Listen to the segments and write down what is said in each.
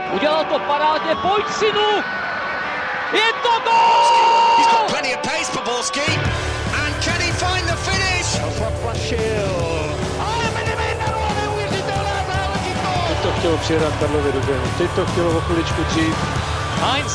Udělal to parádně, pojď synu! Je to gól! He's got plenty of pace for Borski. And can he find the finish? Ale Medvedev, neuvěřitelná záležitost! Teď to chtělo přijedat Karlově do běhu, teď to chtělo o chviličku dřív. Heinz!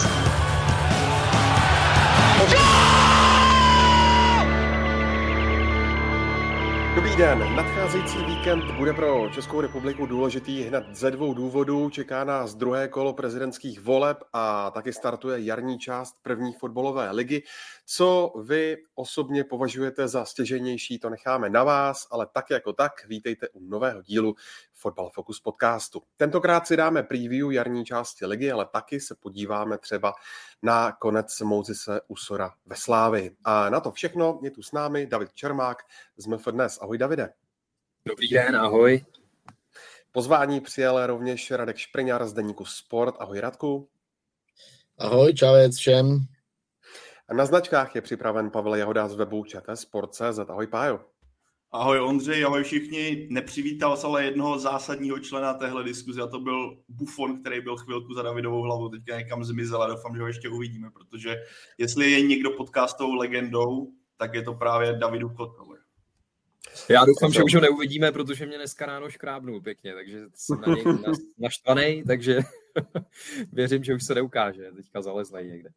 Dobrý den, nadcházející víkend bude pro Českou republiku důležitý hned ze dvou důvodů. Čeká nás druhé kolo prezidentských voleb a taky startuje jarní část první fotbalové ligy. Co vy osobně považujete za stěžejnější, to necháme na vás, ale tak jako tak vítejte u nového dílu Fotbal Focus podcastu. Tentokrát si dáme preview jarní části ligy, ale taky se podíváme třeba na konec Mojzise Usora ve Slávii. A na to všechno je tu s námi David Čermák z MF Dnes. Ahoj Davide. Dobrý den, ahoj. Pozvání přijal rovněž Radek Špriňar z deníku Sport. Ahoj Radku. Ahoj, čavec všem. A na značkách je připraven Pavel Jahoda z webu ČT-sport.cz. Ahoj Pájo. Ahoj Ondřej, ahoj všichni. Nepřivítal se ale jednoho zásadního člena téhle diskuze a to byl Buffon, který byl chvilku za Davidovou hlavu, teďka někam zmizel a doufám, že ho ještě uvidíme, protože jestli je někdo podcastovou legendou, tak je to právě Davidův Kotel. Já doufám, že už ho neuvidíme, protože mě dneska ráno škrábnul pěkně, takže jsem na něj naštvanej, takže věřím, že už se neukáže, teďka zalezlej někde.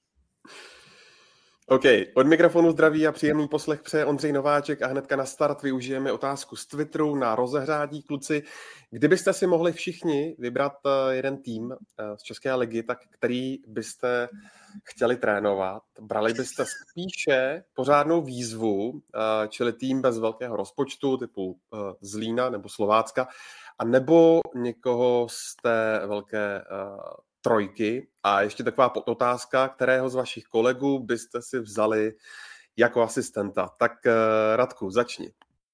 OK, od mikrofonu zdraví a příjemný poslech přeje Ondřej Nováček a hnedka na start využijeme otázku z Twitteru na rozehřátí, kluci. Kdybyste si mohli všichni vybrat jeden tým z České ligy, tak který byste chtěli trénovat? Brali byste spíše pořádnou výzvu, čili tým bez velkého rozpočtu typu Zlína nebo Slovácka, a nebo někoho z té velké trojky? A ještě taková otázka, kterého z vašich kolegů byste si vzali jako asistenta? Tak Radku, začni.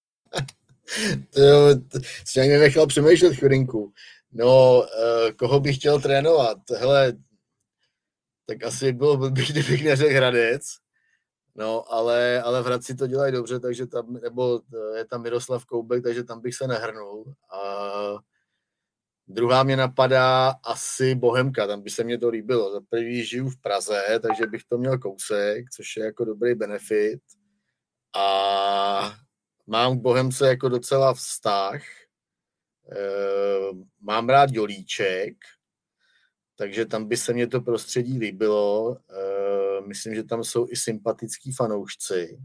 Jsi ani nechal přemýšlet chvilinku. No, koho bych chtěl trénovat? Hele, tak asi bylo blbý, kdybych neřekl Hradec. No, ale v Hradci to dělají dobře, takže tam, nebo je tam Miroslav Koubek, takže tam bych se nehrnul. A druhá mě napadá asi Bohemka, tam by se mně to líbilo. Za první žiju v Praze, takže bych to měl kousek, což je jako dobrý benefit. A mám k Bohemce jako docela vztah. Mám rád Jolíček, takže tam by se mně to prostředí líbilo. Myslím, že tam jsou i sympatický fanoušci.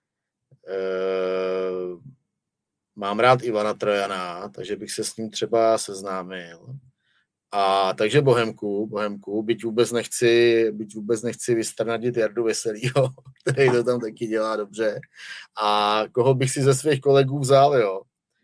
Mám rád Ivana Trojana, takže bych se s ním třeba seznámil. A takže Bohemku, byť vůbec nechci vystrnadit Jardu Veselýho, který to tam taky dělá dobře. A koho bych si ze svých kolegů vzal, jo?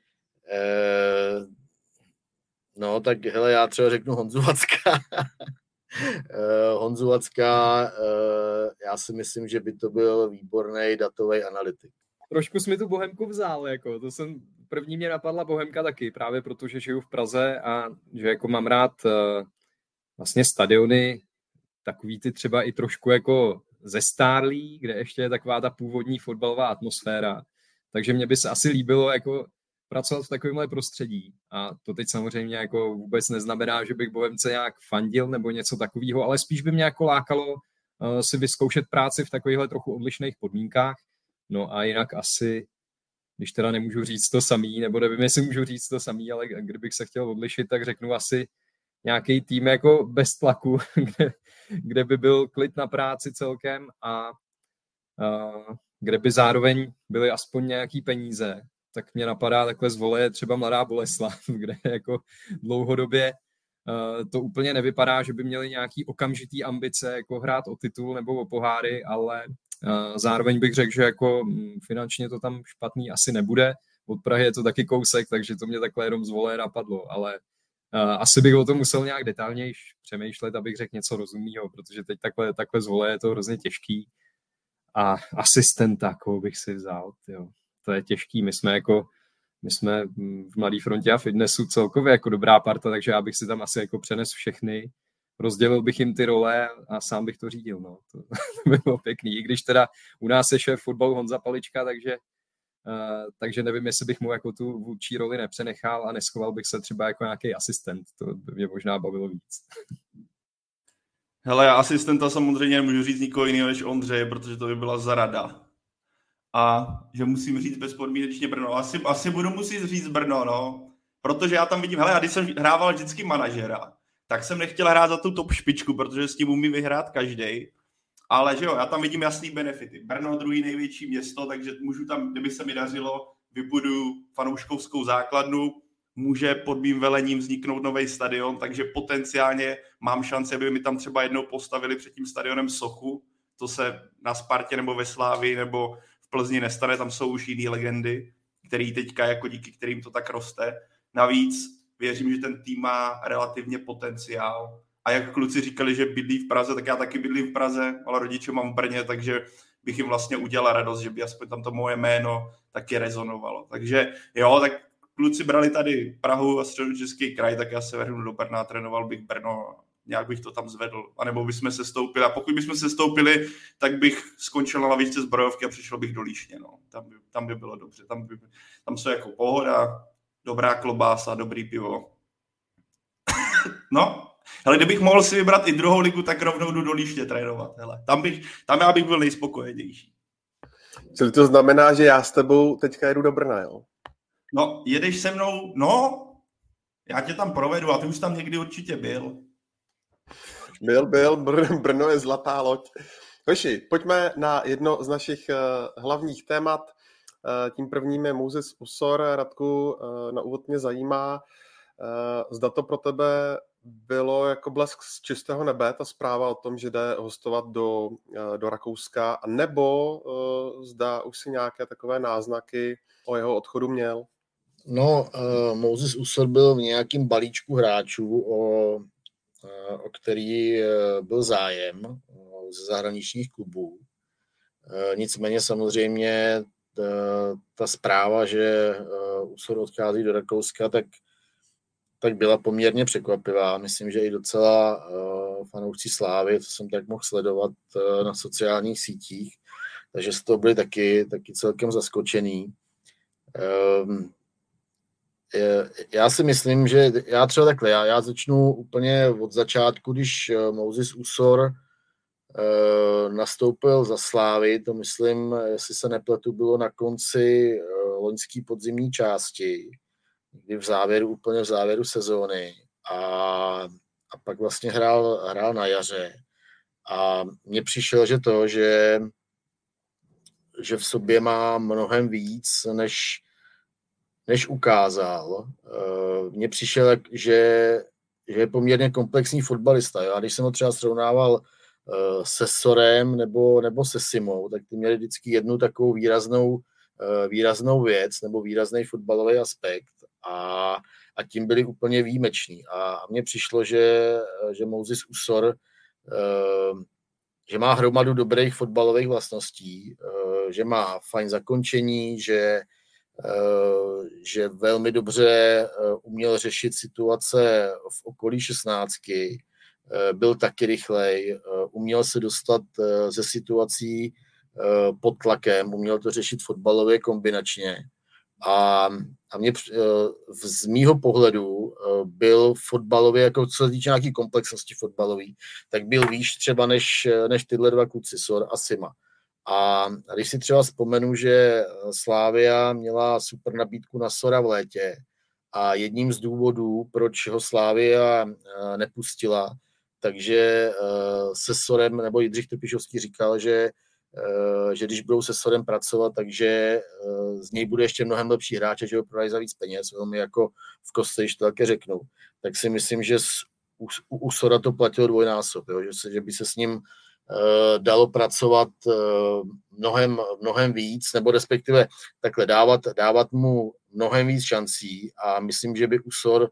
No, tak hele, já třeba řeknu Honzu Vacka. Honzu Vacka, já si myslím, že by to byl výborný datový analytik. Trošku jsi mi tu Bohemku vzal, jako, první mě napadla Bohemka taky, právě protože žiju v Praze a že jako mám rád vlastně stadiony, takový ty třeba i trošku jako zestárlý, kde ještě je taková ta původní fotbalová atmosféra, takže mě by se asi líbilo jako pracovat v takovémhle prostředí a to teď samozřejmě jako vůbec neznamená, že bych Bohemce nějak fandil nebo něco takového, ale spíš by mě jako lákalo si vyzkoušet práci v takovýchhle trochu odlišných podmínkách. No a jinak asi, když teda nemůžu říct to samý, nebo nevím, jestli můžu říct to samý, ale kdybych se chtěl odlišit, tak řeknu asi nějaký tým jako bez tlaku, kde by byl klid na práci celkem a kde by zároveň byly aspoň nějaký peníze. Tak mě napadá takhle z Voleje třeba Mladá Boleslav, kde jako dlouhodobě to úplně nevypadá, že by měli nějaký okamžitý ambice jako hrát o titul nebo o poháry, ale zároveň bych řekl, že jako finančně to tam špatný asi nebude. Od Prahy je to taky kousek, takže to mě takhle jenom z Voleje napadlo, ale asi bych o tom musel nějak detailněji přemýšlet, abych řekl něco rozumného, protože teď takhle z Voleje je to hrozně těžký. A asistenta, koho bych si vzal, jo. To je těžký, my jsme v Mladé frontě a fitnessu celkově jako dobrá parta, takže já bych si tam asi jako přenesl všechny, rozdělil bych jim ty role a sám bych to řídil, no. To by bylo pěkný, i když teda u nás je šéf fotbalu Honza Palička, takže takže nevím, jestli bych mu jako tu vůdčí roli nepřenechal a neschoval bych se třeba jako nějaký asistent, to by mě možná bavilo víc. Hele, já asistenta samozřejmě nemůžu říct nikoho jiného než Ondřeje, protože to by byla zarada. A že musím říct bezpodmínečně Brno. Asi budu muset říct Brno, no. Protože já tam vidím, hele, já když jsem hrával vždycky manažera, tak jsem nechtěl hrát za tu top špičku, protože s tím umí vyhrát každej. Ale že jo, já tam vidím jasný benefity. Brno druhý největší město, takže můžu tam, kdyby se mi dařilo, vybudu fanouškovskou základnu, může pod mým velením vzniknout nový stadion, takže potenciálně mám šanci, aby mi tam třeba jednou postavili před tím stadionem sochu. To se na Spartě nebo ve Slávii nebo v Plzni nestane, tam jsou už jiný legendy, který teďka jako díky kterým to tak roste. Navíc věřím, že ten tým má relativně potenciál. A jak kluci říkali, že bydlí v Praze, tak já taky bydlím v Praze, ale rodiče mám v Brně, takže bych jim vlastně udělal radost, že by aspoň tam to moje jméno taky rezonovalo. Takže jo, tak kluci brali tady Prahu a Středočeský kraj, tak já se vrhnu do Brna, trénoval bych Brno, nějak bych to tam zvedl, anebo bychom se stoupili. A pokud bychom se stoupili, tak bych skončil na lavičce Zbrojovky a přišel bych do Líšně. No. Tam by bylo dobře. Tam jsou jako pohoda, dobrá klobása, dobrý pivo. No, ale kdybych mohl si vybrat i druhou ligu, tak rovnou jdu do Líšně trénovat. Hele, tam já bych byl nejspokojenější. Čili to znamená, že já s tebou teďka jedu do Brna, jo? No, jedeš se mnou, no, já tě tam provedu a ty už tam někdy určitě byl. Byl, Brno je zlatá loď. Hoši, pojďme na jedno z našich hlavních témat. Tím prvním je Moses Usor. Radku, na úvod mě zajímá, zda to pro tebe bylo jako blesk z čistého nebe, ta zpráva o tom, že jde hostovat do Rakouska, nebo zda už si nějaké takové náznaky o jeho odchodu měl? No, Moses Usor byl v nějakém balíčku hráčů, o který byl zájem ze zahraničních klubů. Nicméně samozřejmě ta zpráva, že Usor odchází do Rakouska, tak byla poměrně překvapivá. Myslím, že i docela fanoušci Slávy, co jsem tak mohl sledovat na sociálních sítích, takže z toho byli taky celkem zaskočený. Já si myslím, že já třeba takhle, já začnu úplně od začátku, když Moses Usor nastoupil za Slávy, to myslím, jestli se nepletu, bylo na konci loňské podzimní části, kdy úplně v závěru sezóny a pak vlastně hrál na jaře. A mně přišel, že v sobě má mnohem víc, než ukázal. Mně přišel, že je poměrně komplexní fotbalista. Já když jsem ho třeba srovnával se Sorem nebo se Simou, tak ty měli vždycky jednu takovou výraznou věc nebo výrazný fotbalový aspekt a tím byli úplně výjimeční. A mně přišlo, že Moses Usor že má hromadu dobrých fotbalových vlastností, že má fajn zakončení, že velmi dobře uměl řešit situace v okolí 16, byl taky rychlej, uměl se dostat ze situací pod tlakem, uměl to řešit fotbalově kombinačně. A mě z mýho pohledu byl fotbalově, jako co se týče nějaký komplexnosti fotbalový, tak byl výš třeba než tyhle dva kluci, Sor a Sima. A když si třeba vzpomenu, že Slavia měla super nabídku na Sora v létě a jedním z důvodů, proč ho Slavia nepustila, takže se Sorem, nebo Jindřich Trpišovský říkal, že když budou se Sorem pracovat, takže z něj bude ještě mnohem lepší hráč a že ho prodají za víc peněz, velmi jako v kostce, když to také řeknou. Tak si myslím, že u Sora to platilo dvojnásob, jo? Že by se s ním dalo pracovat mnohem víc, nebo respektive takhle dávat mu mnohem víc šancí a myslím, že by Usor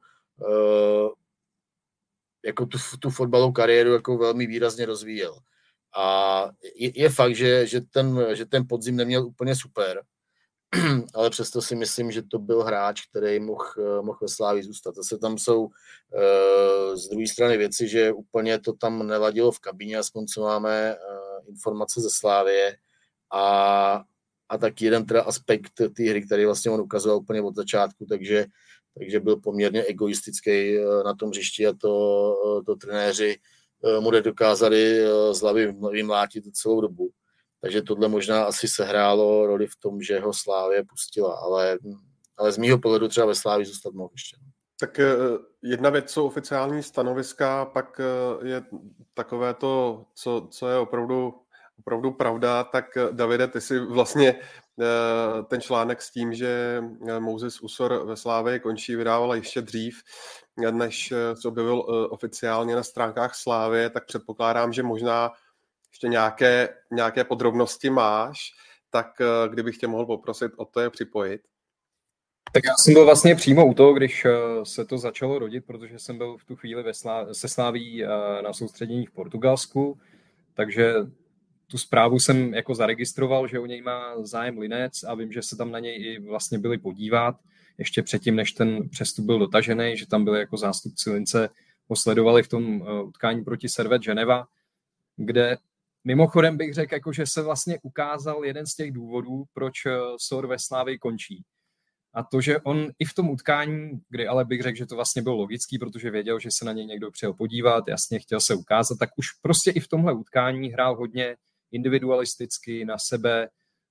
jako tu fotbalovou kariéru jako velmi výrazně rozvíjel. A je fakt, že ten podzim neměl úplně super, ale přesto si myslím, že to byl hráč, který mohl ve Slávii zůstat. Zase tam jsou z druhé strany věci, že úplně to tam neladilo v kabině, aspoň co máme informace ze Slávie. A a taky jeden teda aspekt té hry, který vlastně on ukazoval úplně od začátku, takže byl poměrně egoistický na tom hřišti a to trenéři mu nedokázali z hlavy vymlátit celou dobu. Takže tohle možná asi sehrálo roli v tom, že ho Slavie pustila, ale z mýho pohledu třeba ve Slavii zůstat mohl ještě. Tak jedna věc jsou oficiální stanoviska, pak je takové to, co je opravdu pravda. Tak Davide, ty si vlastně ten článek s tím, že Moses Usor ve Slavii končí, vydával ještě dřív, než se objevil oficiálně na stránkách Slavie, tak předpokládám, že možná ještě nějaké podrobnosti máš, tak kdybych tě mohl poprosit o to je připojit. Tak já jsem byl vlastně přímo u toho, když se to začalo rodit, protože jsem byl v tu chvíli se Slaví na soustředění v Portugalsku, takže tu zprávu jsem jako zaregistroval, že o něj má zájem Linec a vím, že se tam na něj i vlastně byli podívat, ještě předtím, než ten přestup byl dotažený, že tam byli jako zástupci Lince, ho sledovali v tom utkání proti Servette Ženeva, kde mimochodem bych řekl, jako, že se vlastně ukázal jeden z těch důvodů, proč Sor ve Slavii končí. A to, že on i v tom utkání, kdy ale bych řekl, že to vlastně bylo logický, protože věděl, že se na něj někdo přijel podívat, jasně chtěl se ukázat, tak už prostě i v tomhle utkání hrál hodně individualisticky na sebe.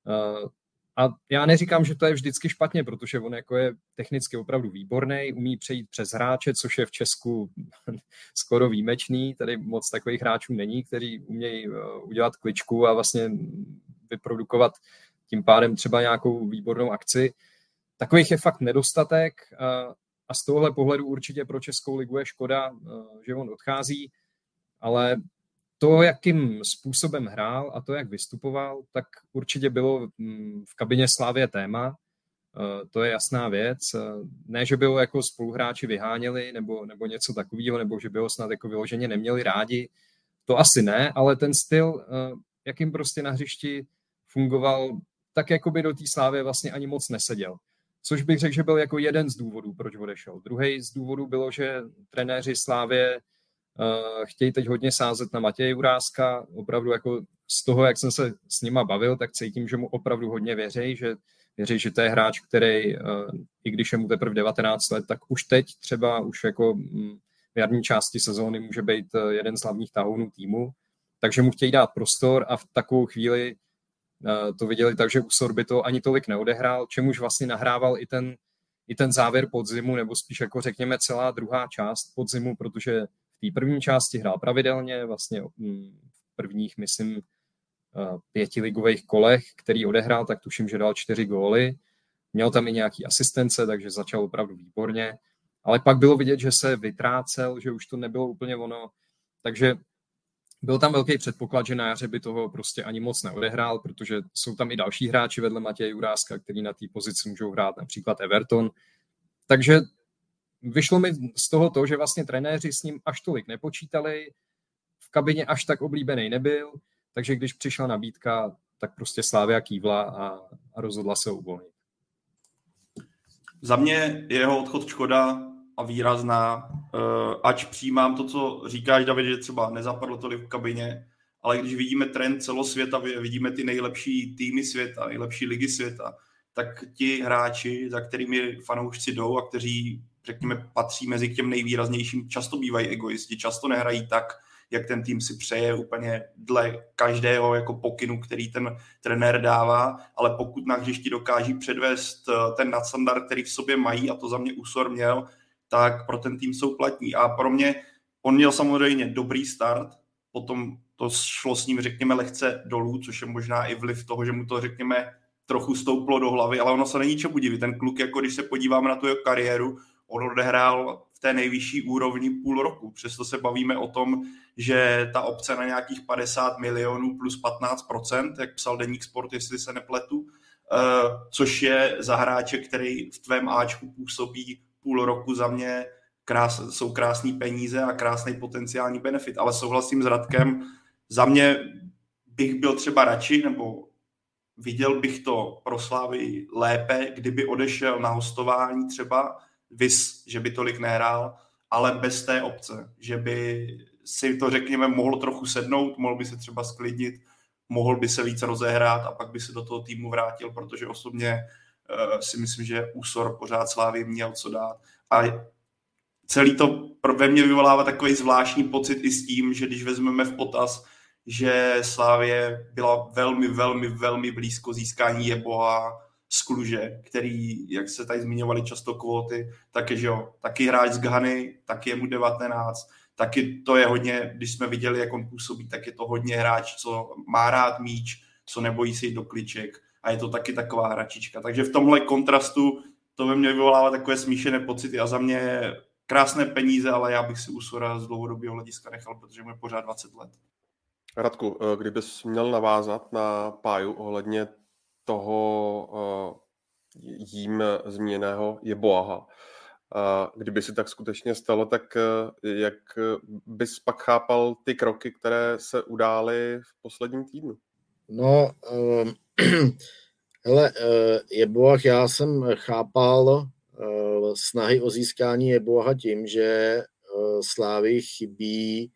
A já neříkám, že to je vždycky špatně, protože on jako je technicky opravdu výborný, umí přejít přes hráče, což je v Česku skoro výjimečný. Tady moc takových hráčů není, kteří umějí udělat kličku a vlastně vyprodukovat tím pádem třeba nějakou výbornou akci. Takových je fakt nedostatek a z tohohle pohledu určitě pro Českou ligu je škoda, že on odchází, ale to, jakým způsobem hrál a to, jak vystupoval, tak určitě bylo v kabině Slavie téma. To je jasná věc. Ne, že by ho jako spoluhráči vyháněli nebo něco takového, nebo že by ho snad jako vyloženě neměli rádi. To asi ne, ale ten styl, jakým prostě na hřišti fungoval, tak jako by do té Slavie vlastně ani moc neseděl. Což bych řekl, že byl jako jeden z důvodů, proč odešel. Druhý z důvodů bylo, že trenéři Slavie chtějí teď hodně sázet na Matěje Juráska. Opravdu jako z toho, jak jsem se s nima bavil, tak cítím, že mu opravdu hodně věří, že to je hráč, který, i když je mu teprve 19 let, tak už teď třeba už jako v jarní části sezóny může být jeden z hlavních tahounů týmu. Takže mu chtějí dát prostor a v takovou chvíli to viděli tak, že Usor by to ani tolik neodehrál, čemuž vlastně nahrával i ten závěr podzimu, nebo spíš jako řekněme celá druhá část podzimu, protože v té první části hrál pravidelně, vlastně v prvních, myslím, 5 ligových kolech, který odehrál, tak tuším, že dal 4 góly. Měl tam i nějaký asistence, takže začal opravdu výborně. Ale pak bylo vidět, že se vytrácel, že už to nebylo úplně ono. Takže byl tam velký předpoklad, že na jaře by toho prostě ani moc neodehrál, protože jsou tam i další hráči vedle Matěje Juráska, který na té pozici můžou hrát, například Everton. Takže vyšlo mi z toho to, že vlastně trenéři s ním až tolik nepočítali, v kabině až tak oblíbený nebyl, takže když přišla nabídka, tak prostě Slavia kývla a rozhodla se uvolnit. Za mě je jeho odchod škoda a výrazná, ač přijímám to, co říkáš, David, že třeba nezapadlo tolik v kabině, ale když vidíme trend celosvětově, vidíme ty nejlepší týmy světa, nejlepší ligy světa, tak ti hráči, za kterými fanoušci jdou a kteří, řekněme, patří mezi k těm nejvýraznějším, často bývají egoisti, často nehrají tak, jak ten tým si přeje úplně dle každého jako pokynu, který ten trenér dává, ale pokud na hřišti dokáží předvést ten nadstandard, který v sobě mají, a to za mě Usor měl, tak pro ten tým jsou platní. A pro mě on měl samozřejmě dobrý start, potom to šlo s ním, řekněme, lehce dolů, což je možná i vliv toho, že mu to, řekněme, trochu stouplo do hlavy, ale ono se není čemu divit. Ten kluk, jako když se podíváme na tu jeho kariéru, on odehrál v té nejvyšší úrovni půl roku. Přesto se bavíme o tom, že ta opce na nějakých 50 milionů plus 15%, jak psal Deník Sport, jestli se nepletu, což je za hráče, který v tvém Ačku působí půl roku, za mě jsou krásný peníze a krásný potenciální benefit. Ale souhlasím s Radkem, za mě bych byl třeba radši, nebo viděl bych to pro Slavii lépe, kdyby odešel na hostování třeba, že by tolik nehrál, ale bez té opce, že by si to, řekněme, mohlo trochu sednout, mohl by se třeba sklidnit, mohl by se víc rozehrát a pak by se do toho týmu vrátil, protože osobně si myslím, že úsor pořád Slávy měl co dát. A celý to ve mně vyvolává takový zvláštní pocit i s tím, že když vezmeme v potaz, že Slávie byla velmi, velmi, velmi blízko získání Jeboa z Kluže, který, jak se tady zmiňovali často kvóty, taky, že jo, taky hráč z Ghany, taky je mu 19, taky to je hodně, když jsme viděli, jak on působí, tak je to hodně hráč, co má rád míč, co nebojí se jít do kliček a je to taky taková hračička. Takže v tomhle kontrastu to ve mně vyvolává takové smíšené pocity a za mě krásné peníze, ale já bych si Úsora z dlouhodobého hlediska nechal, protože mu je pořád 20 let. Radku, kdybys měl navázat na Páju ohledně toho jím zmíněného Jeboaha, kdyby si tak skutečně stalo, tak jak bys pak chápal ty kroky, které se udály v posledním týdnu? No, hele, Jeboah, já jsem chápal snahy o získání Jeboaha tím, že Slávii chybí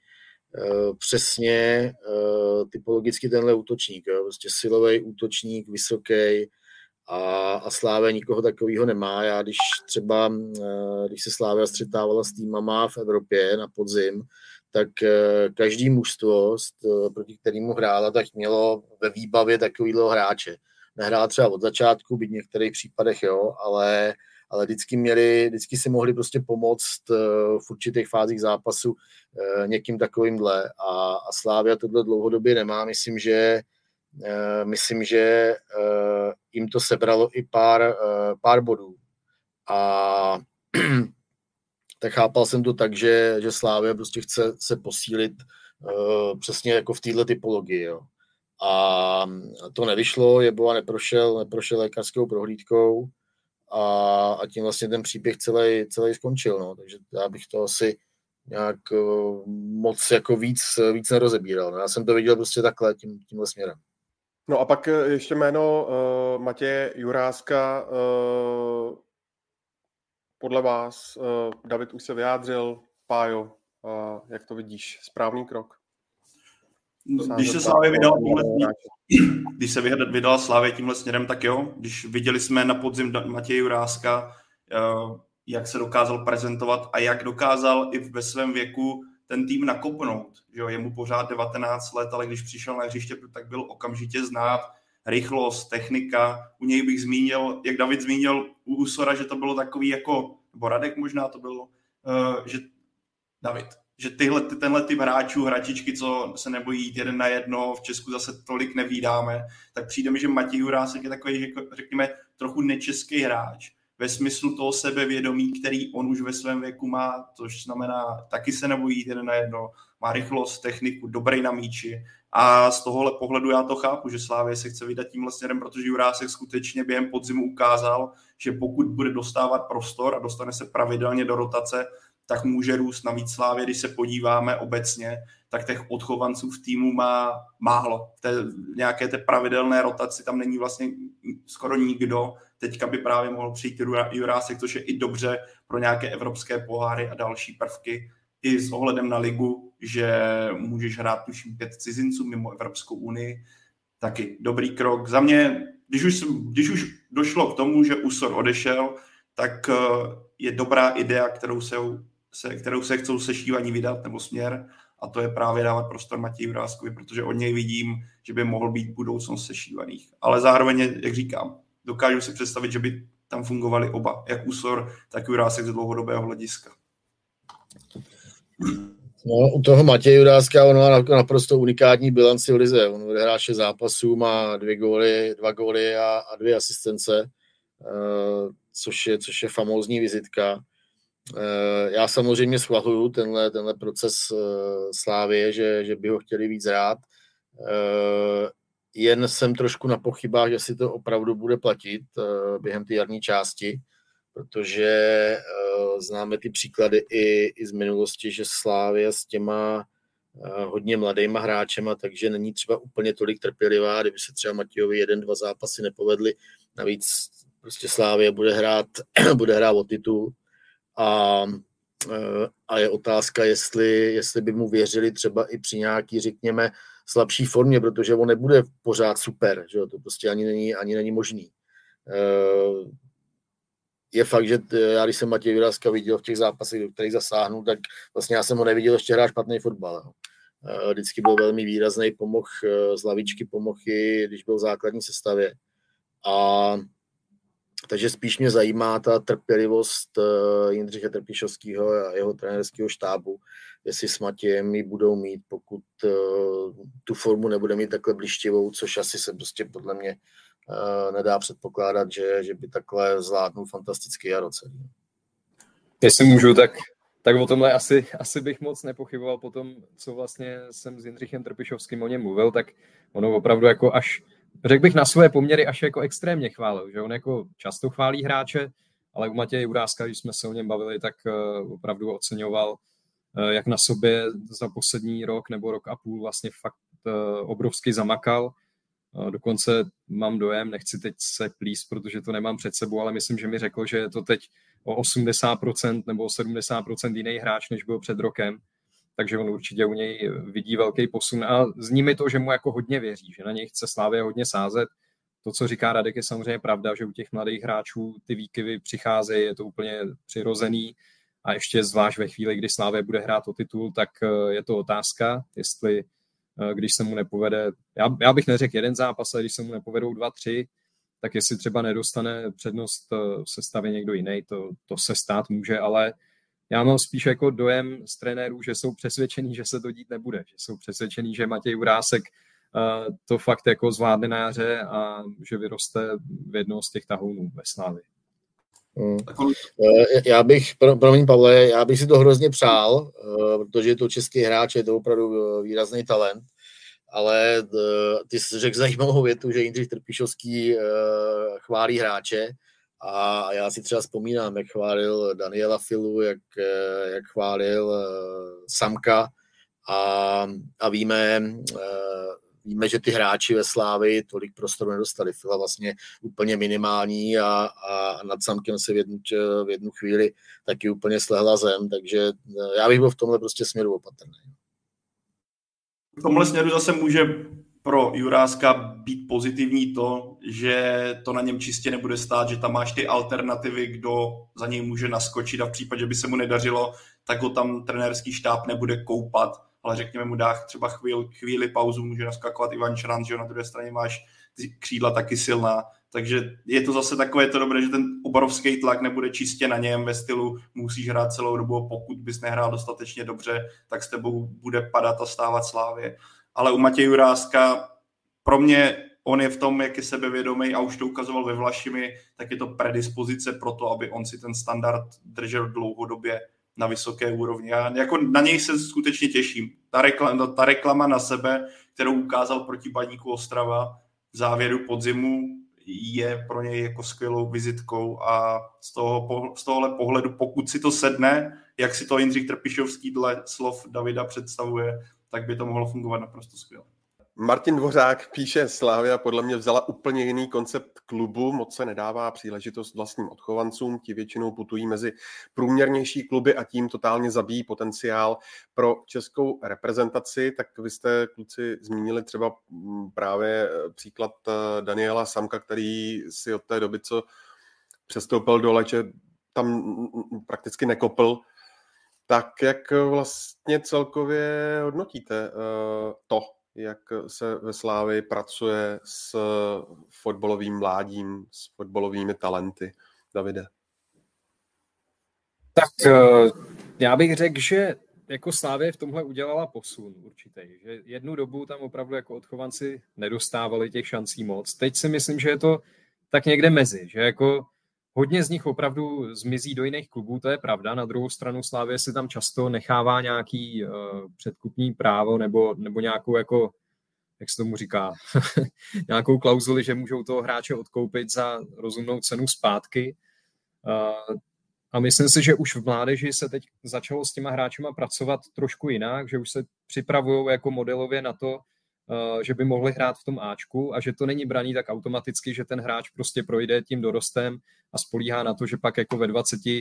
přesně typologicky tenhle útočník, jo? Prostě silový útočník, vysoký a Slávia nikoho takového nemá. Já když se Slávia střetávala s týmama v Evropě na podzim, tak každý mužstvo, proti kterému hrála, tak mělo ve výbavě takovýhle hráče. Nehrál třeba od začátku, byť v některých případech, jo, ale vždycky si mohli prostě pomoct v určitých fázích zápasu někým takovýmhle a Slávia tohle dlouhodobě nemá. Myslím, že jim to sebralo i pár bodů. A tak chápal jsem to tak, že Slávia prostě chce se posílit přesně jako v této typologii. Jo. A to nevyšlo, Jeboa neprošel lékařskou prohlídkou a tím vlastně ten příběh celý skončil. No. Takže já bych to asi nějak moc jako víc nerozebíral. No. Já jsem to viděl prostě takhle, tímhle směrem. No a pak ještě jméno Matěje Juráska. Podle vás, David už se vyjádřil, Pájo, jak to vidíš? Správný krok? Když se vydala Slávě tímhle směrem, tak jo. Když viděli jsme na podzim Matěje Juráska, jak se dokázal prezentovat a jak dokázal i ve svém věku ten tým nakopnout. Že jo, je mu pořád 19 let, ale když přišel na hřiště, tak byl okamžitě znát. Rychlost, technika. U něj bych zmínil, jak David zmínil u Úsora, že to bylo takový jako, nebo Radek možná to bylo, že tenhle typ hráčů, hračičky, co se nebojí jít 1 na 1, v Česku zase tolik nevídáme, tak přijde mi, že Matěj Jurásek je takový, řekněme, trochu nečeský hráč. Ve smyslu toho sebevědomí, který on už ve svém věku má, což znamená, taky se nebojí jít 1 na 1, má rychlost, techniku, dobrý na míči. A z tohohle pohledu já to chápu, že Slávě se chce vydat tímhle směrem, protože Jurásek skutečně během podzimu ukázal, že pokud bude dostávat prostor a dostane se pravidelně do rotace, tak může růst. Navíc Slávě, když se podíváme obecně, tak těch odchovanců v týmu má málo. Nějaké té pravidelné rotaci tam není vlastně skoro nikdo. Teďka by právě mohl přijít Jurásek, což je i dobře pro nějaké evropské poháry a další prvky. I s ohledem na ligu, že můžeš hrát tuším 5 cizinců mimo Evropskou unii. Taky dobrý krok. Za mě, když už došlo k tomu, že Úsor odešel, tak je dobrá idea, kterou se chcou sešívaní vydat, nebo směr, a to je právě dávat prostor Matěji Juráskovi, protože od něj vidím, že by mohl být budoucnost sešívaných. Ale zároveň, jak říkám, dokážu si představit, že by tam fungovali oba, jak Úsor, tak Jurásek z dlouhodobého hlediska. No, u toho Matěje Juráska on má naprosto unikátní bilanci v lize. On odehrál 6 zápasů, má 2 góly a 2 asistence, což je famózní vizitka. Já samozřejmě schvaluju tenhle proces Slávie, že by ho chtěli víc hrát. Jen jsem trošku na pochybách, že si to opravdu bude platit během té jarní části, protože známe ty příklady i z minulosti, že Slávia s těma hodně mladýma hráčema, takže není třeba úplně tolik trpělivá, kdyby se třeba Matějovi 1-2 zápasy nepovedly. Navíc prostě Slávia bude hrát o titul A je otázka, jestli by mu věřili třeba i při nějaký, řekněme, slabší formě, protože on nebude pořád super, že jo? To prostě ani není možný. Je fakt, že já, když jsem Matěj Juráska viděl v těch zápasech, do kterých zasáhnul, tak vlastně já jsem ho neviděl ještě hrát špatný fotbal. Vždycky byl velmi výrazný, pomohl z lavičky, pomohl i když byl v základní sestavě. Takže spíš mě zajímá ta trpělivost Jindřicha Trpišovského a jeho trenérského štábu, jestli s Matějem ji budou mít, pokud tu formu nebude mít takhle blištivou, což asi se prostě podle mě nedá předpokládat, že by takhle zvládnul fantastický jaro celý. Jestli můžu, tak o tomhle asi bych moc nepochyboval po tom, co vlastně jsem s Jindřichem Trpišovským o něm mluvil, tak ono opravdu jako až, řekl bych na své poměry, až jako extrémně chválil, že on jako často chválí hráče, ale u Matěje Juráska, když jsme se o něm bavili, tak opravdu oceňoval, jak na sobě za poslední rok nebo rok a půl vlastně fakt obrovsky zamakal. Dokonce mám dojem, nechci teď se plíst, protože to nemám před sebou, ale myslím, že mi řekl, že je to teď o 80% nebo 70% jiný hráč, než byl před rokem. Takže on určitě u něj vidí velký posun a zní mi to, že mu jako hodně věří, že na něj chce Slavia hodně sázet. To, co říká Radek, je samozřejmě pravda, že u těch mladých hráčů ty výkyvy přicházejí, je to úplně přirozený a ještě zvlášť ve chvíli, kdy Slavia bude hrát o titul, tak je to otázka, jestli když se mu nepovede, já bych neřekl jeden zápas, ale když se mu nepovedou 2-3, tak jestli třeba nedostane přednost v sestavě někdo jiný, to se stát může, ale já mám spíš jako dojem z trenérů, že jsou přesvědčení, že se to dít nebude, že jsou přesvědčení, že Matěj Jurásek to fakt jako zvládne na jaře a že vyroste v jednoho z těch tahounů ve Slavii. Já bych, promiň Pavle, já bych si to hrozně přál, protože je to český hráč, je to opravdu výrazný talent, ale ty jsi řekl zajímavou větu, že Jindřich Trpišovský chválí hráče a já si třeba vzpomínám, jak chválil Daniela Filu, jak chválil Samka a víme, že ty hráči ve Slávii tolik prostoru nedostali. Fila vlastně úplně minimální a nad Samkem se v jednu chvíli taky úplně slehla zem, takže já bych byl v tomhle prostě směru opatrný. V tomhle směru zase může pro Juráska být pozitivní to, že to na něm čistě nebude stát, že tam máš ty alternativy, kdo za něj může naskočit a v případě, že by se mu nedařilo, tak ho tam trenérský štáb nebude koupat, ale řekněme mu dá třeba chvíli pauzu, může naskakovat Ivan Šranc, že na druhé straně máš ty křídla taky silná, takže je to zase takové to dobré, že ten obrovský tlak nebude čistě na něm ve stylu musíš hrát celou dobu a pokud bys nehrál dostatečně dobře, tak s tebou bude padat a stávat Slávě. Ale u Matěje Juráska pro mě on je v tom, jak je sebevědomý a už to ukazoval ve Vlašimi, tak je to predispozice pro to, aby on si ten standard držel dlouhodobě na vysoké úrovni. Já jako na něj se skutečně těším. Ta reklama na sebe, kterou ukázal proti Baníku Ostrava v závěru podzimu, je pro něj jako skvělou vizitkou a z tohohle pohledu, pokud si to sedne, jak si to Jindřich Trpišovský dle slov Davida představuje, tak by to mohlo fungovat naprosto skvěle. Martin Dvořák píše, Slavia podle mě vzala úplně jiný koncept klubu, moc se nedává příležitost vlastním odchovancům, ti většinou putují mezi průměrnější kluby a tím totálně zabíjí potenciál pro českou reprezentaci. Tak vy jste, kluci, zmínili třeba právě příklad Daniela Samka, který si od té doby, co přestoupil do Leče, tam prakticky nekopl. Tak jak vlastně celkově hodnotíte to, jak se ve Slávii pracuje s fotbalovým mládím, s fotbalovými talenty? Davide. Tak já bych řekl, že jako Slávie v tomhle udělala posun určitý. Že jednu dobu tam opravdu jako odchovanci nedostávali těch šancí moc. Teď si myslím, že je to tak někde mezi, že jako hodně z nich opravdu zmizí do jiných klubů, to je pravda. Na druhou stranu Slavie si tam často nechává nějaký předkupní právo nebo nějakou jako, jak se tomu říká, nějakou klauzuli, že můžou toho hráče odkoupit za rozumnou cenu zpátky. A myslím si, že už v mládeži se teď začalo s těma hráčima pracovat trošku jinak, že už se připravují jako modelově na to, že by mohli hrát v tom Ačku a že to není braný tak automaticky, že ten hráč prostě projde tím dorostem a spolíhá na to, že pak jako ve 20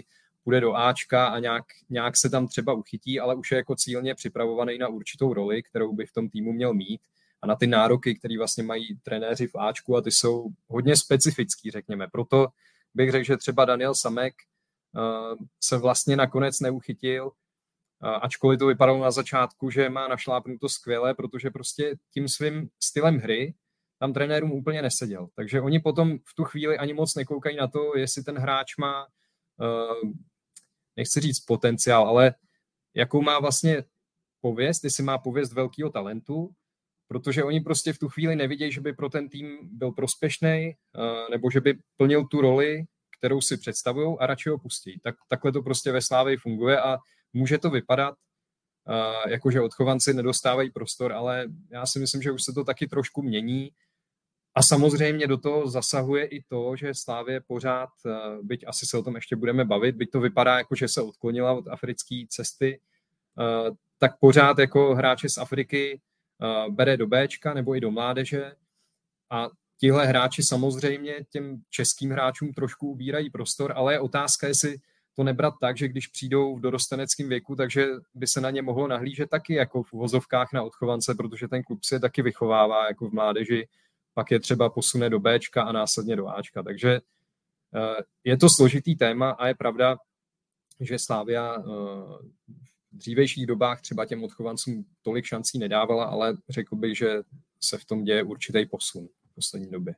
půjde do Ačka a nějak se tam třeba uchytí, ale už je jako cílně připravovaný na určitou roli, kterou by v tom týmu měl mít a na ty nároky, které vlastně mají trenéři v Ačku a ty jsou hodně specifický, řekněme. Proto bych řekl, že třeba Daniel Samek se vlastně nakonec neuchytil, ačkoliv to vypadalo na začátku, že má našlápnuto skvěle, protože prostě tím svým stylem hry tam trenérům úplně neseděl. Takže oni potom v tu chvíli ani moc nekoukají na to, jestli ten hráč má, nechci říct potenciál, ale jakou má vlastně pověst, jestli má pověst velkého talentu, protože oni prostě v tu chvíli nevidějí, že by pro ten tým byl prospěšný, nebo že by plnil tu roli, kterou si představují a radši ho pustí. Takhle to prostě ve Slávii funguje a může to vypadat, jakože odchovanci nedostávají prostor, ale já si myslím, že už se to taky trošku mění. A samozřejmě do toho zasahuje i to, že Slavie pořád, byť asi se o tom ještě budeme bavit, byť to vypadá jako, že se odklonila od africké cesty, tak pořád jako hráče z Afriky bere do Bčka nebo i do mládeže a tihle hráči samozřejmě těm českým hráčům trošku ubírají prostor, ale je otázka, jestli to nebrat tak, že když přijdou v dorosteneckém věku, takže by se na ně mohlo nahlížet taky jako v uvozovkách na odchovance, protože ten klub se taky vychovává jako v mládeži, pak je třeba posune do Bčka a následně do Ačka. Takže je to složitý téma a je pravda, že Slavia v dřívějších dobách třeba těm odchovancům tolik šancí nedávala, ale řekl bych, že se v tom děje určitý posun v poslední době.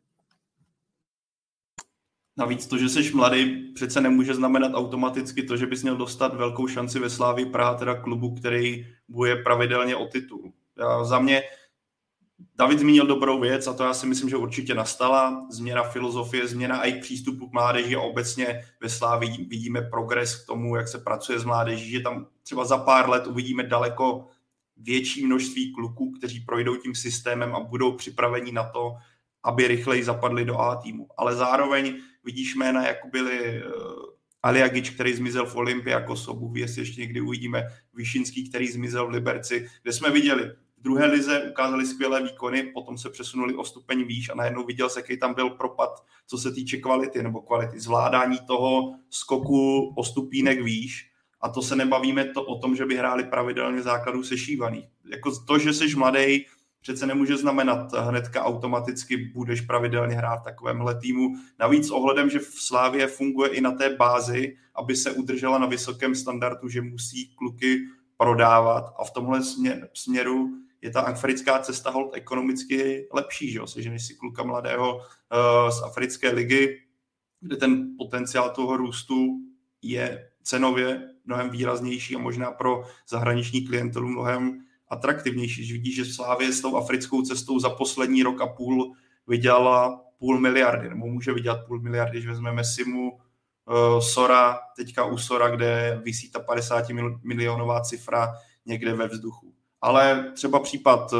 Navíc to, že jsi mladý, přece nemůže znamenat automaticky to, že bys měl dostat velkou šanci ve Slavii Praha, teda klubu, který bojuje pravidelně o titul. Za mě David zmínil dobrou věc a to já si myslím, že určitě nastala. Změna filozofie, změna i přístupu k mládeži a obecně ve Slavii vidíme progres k tomu, jak se pracuje s mládeží, že tam třeba za pár let uvidíme daleko větší množství kluků, kteří projdou tím systémem a budou připraveni na to, aby rychleji zapadli do A týmu. Ale zároveň vidíš jména, jako byli Aliagič, který zmizel v Olympiakosu, Bůh ví, jestli ještě někdy uvidíme Vyšinský, který zmizel v Liberci, kde jsme viděli, v druhé lize ukázali skvělé výkony, potom se přesunuli o stupeň výš a najednou viděl se, jaký tam byl propad, co se týče kvality zvládání toho skoku o stupínek výš. A to se nebavíme o tom, že by hráli pravidelně základů sešívaných. Jako to, že jsi mladý, přece nemůže znamenat hnedka automaticky budeš pravidelně hrát v takovémhle týmu. Navíc ohledem, že v Slavii funguje i na té bázi, aby se udržela na vysokém standardu, že musí kluky prodávat a v tomhle směru je ta africká cesta holt ekonomicky lepší, že seženeš si kluka mladého z africké ligy, kde ten potenciál toho růstu je cenově mnohem výraznější a možná pro zahraniční klientelu mnohem atraktivnější. Vidíš, že Slavie s tou africkou cestou za poslední rok a půl vydělala 500 miliardy, nebo může vydělat 500 miliardy, když vezmeme Simu, Sora, teďka u Sora, kde visí ta 50 milionová cifra někde ve vzduchu. Ale třeba případ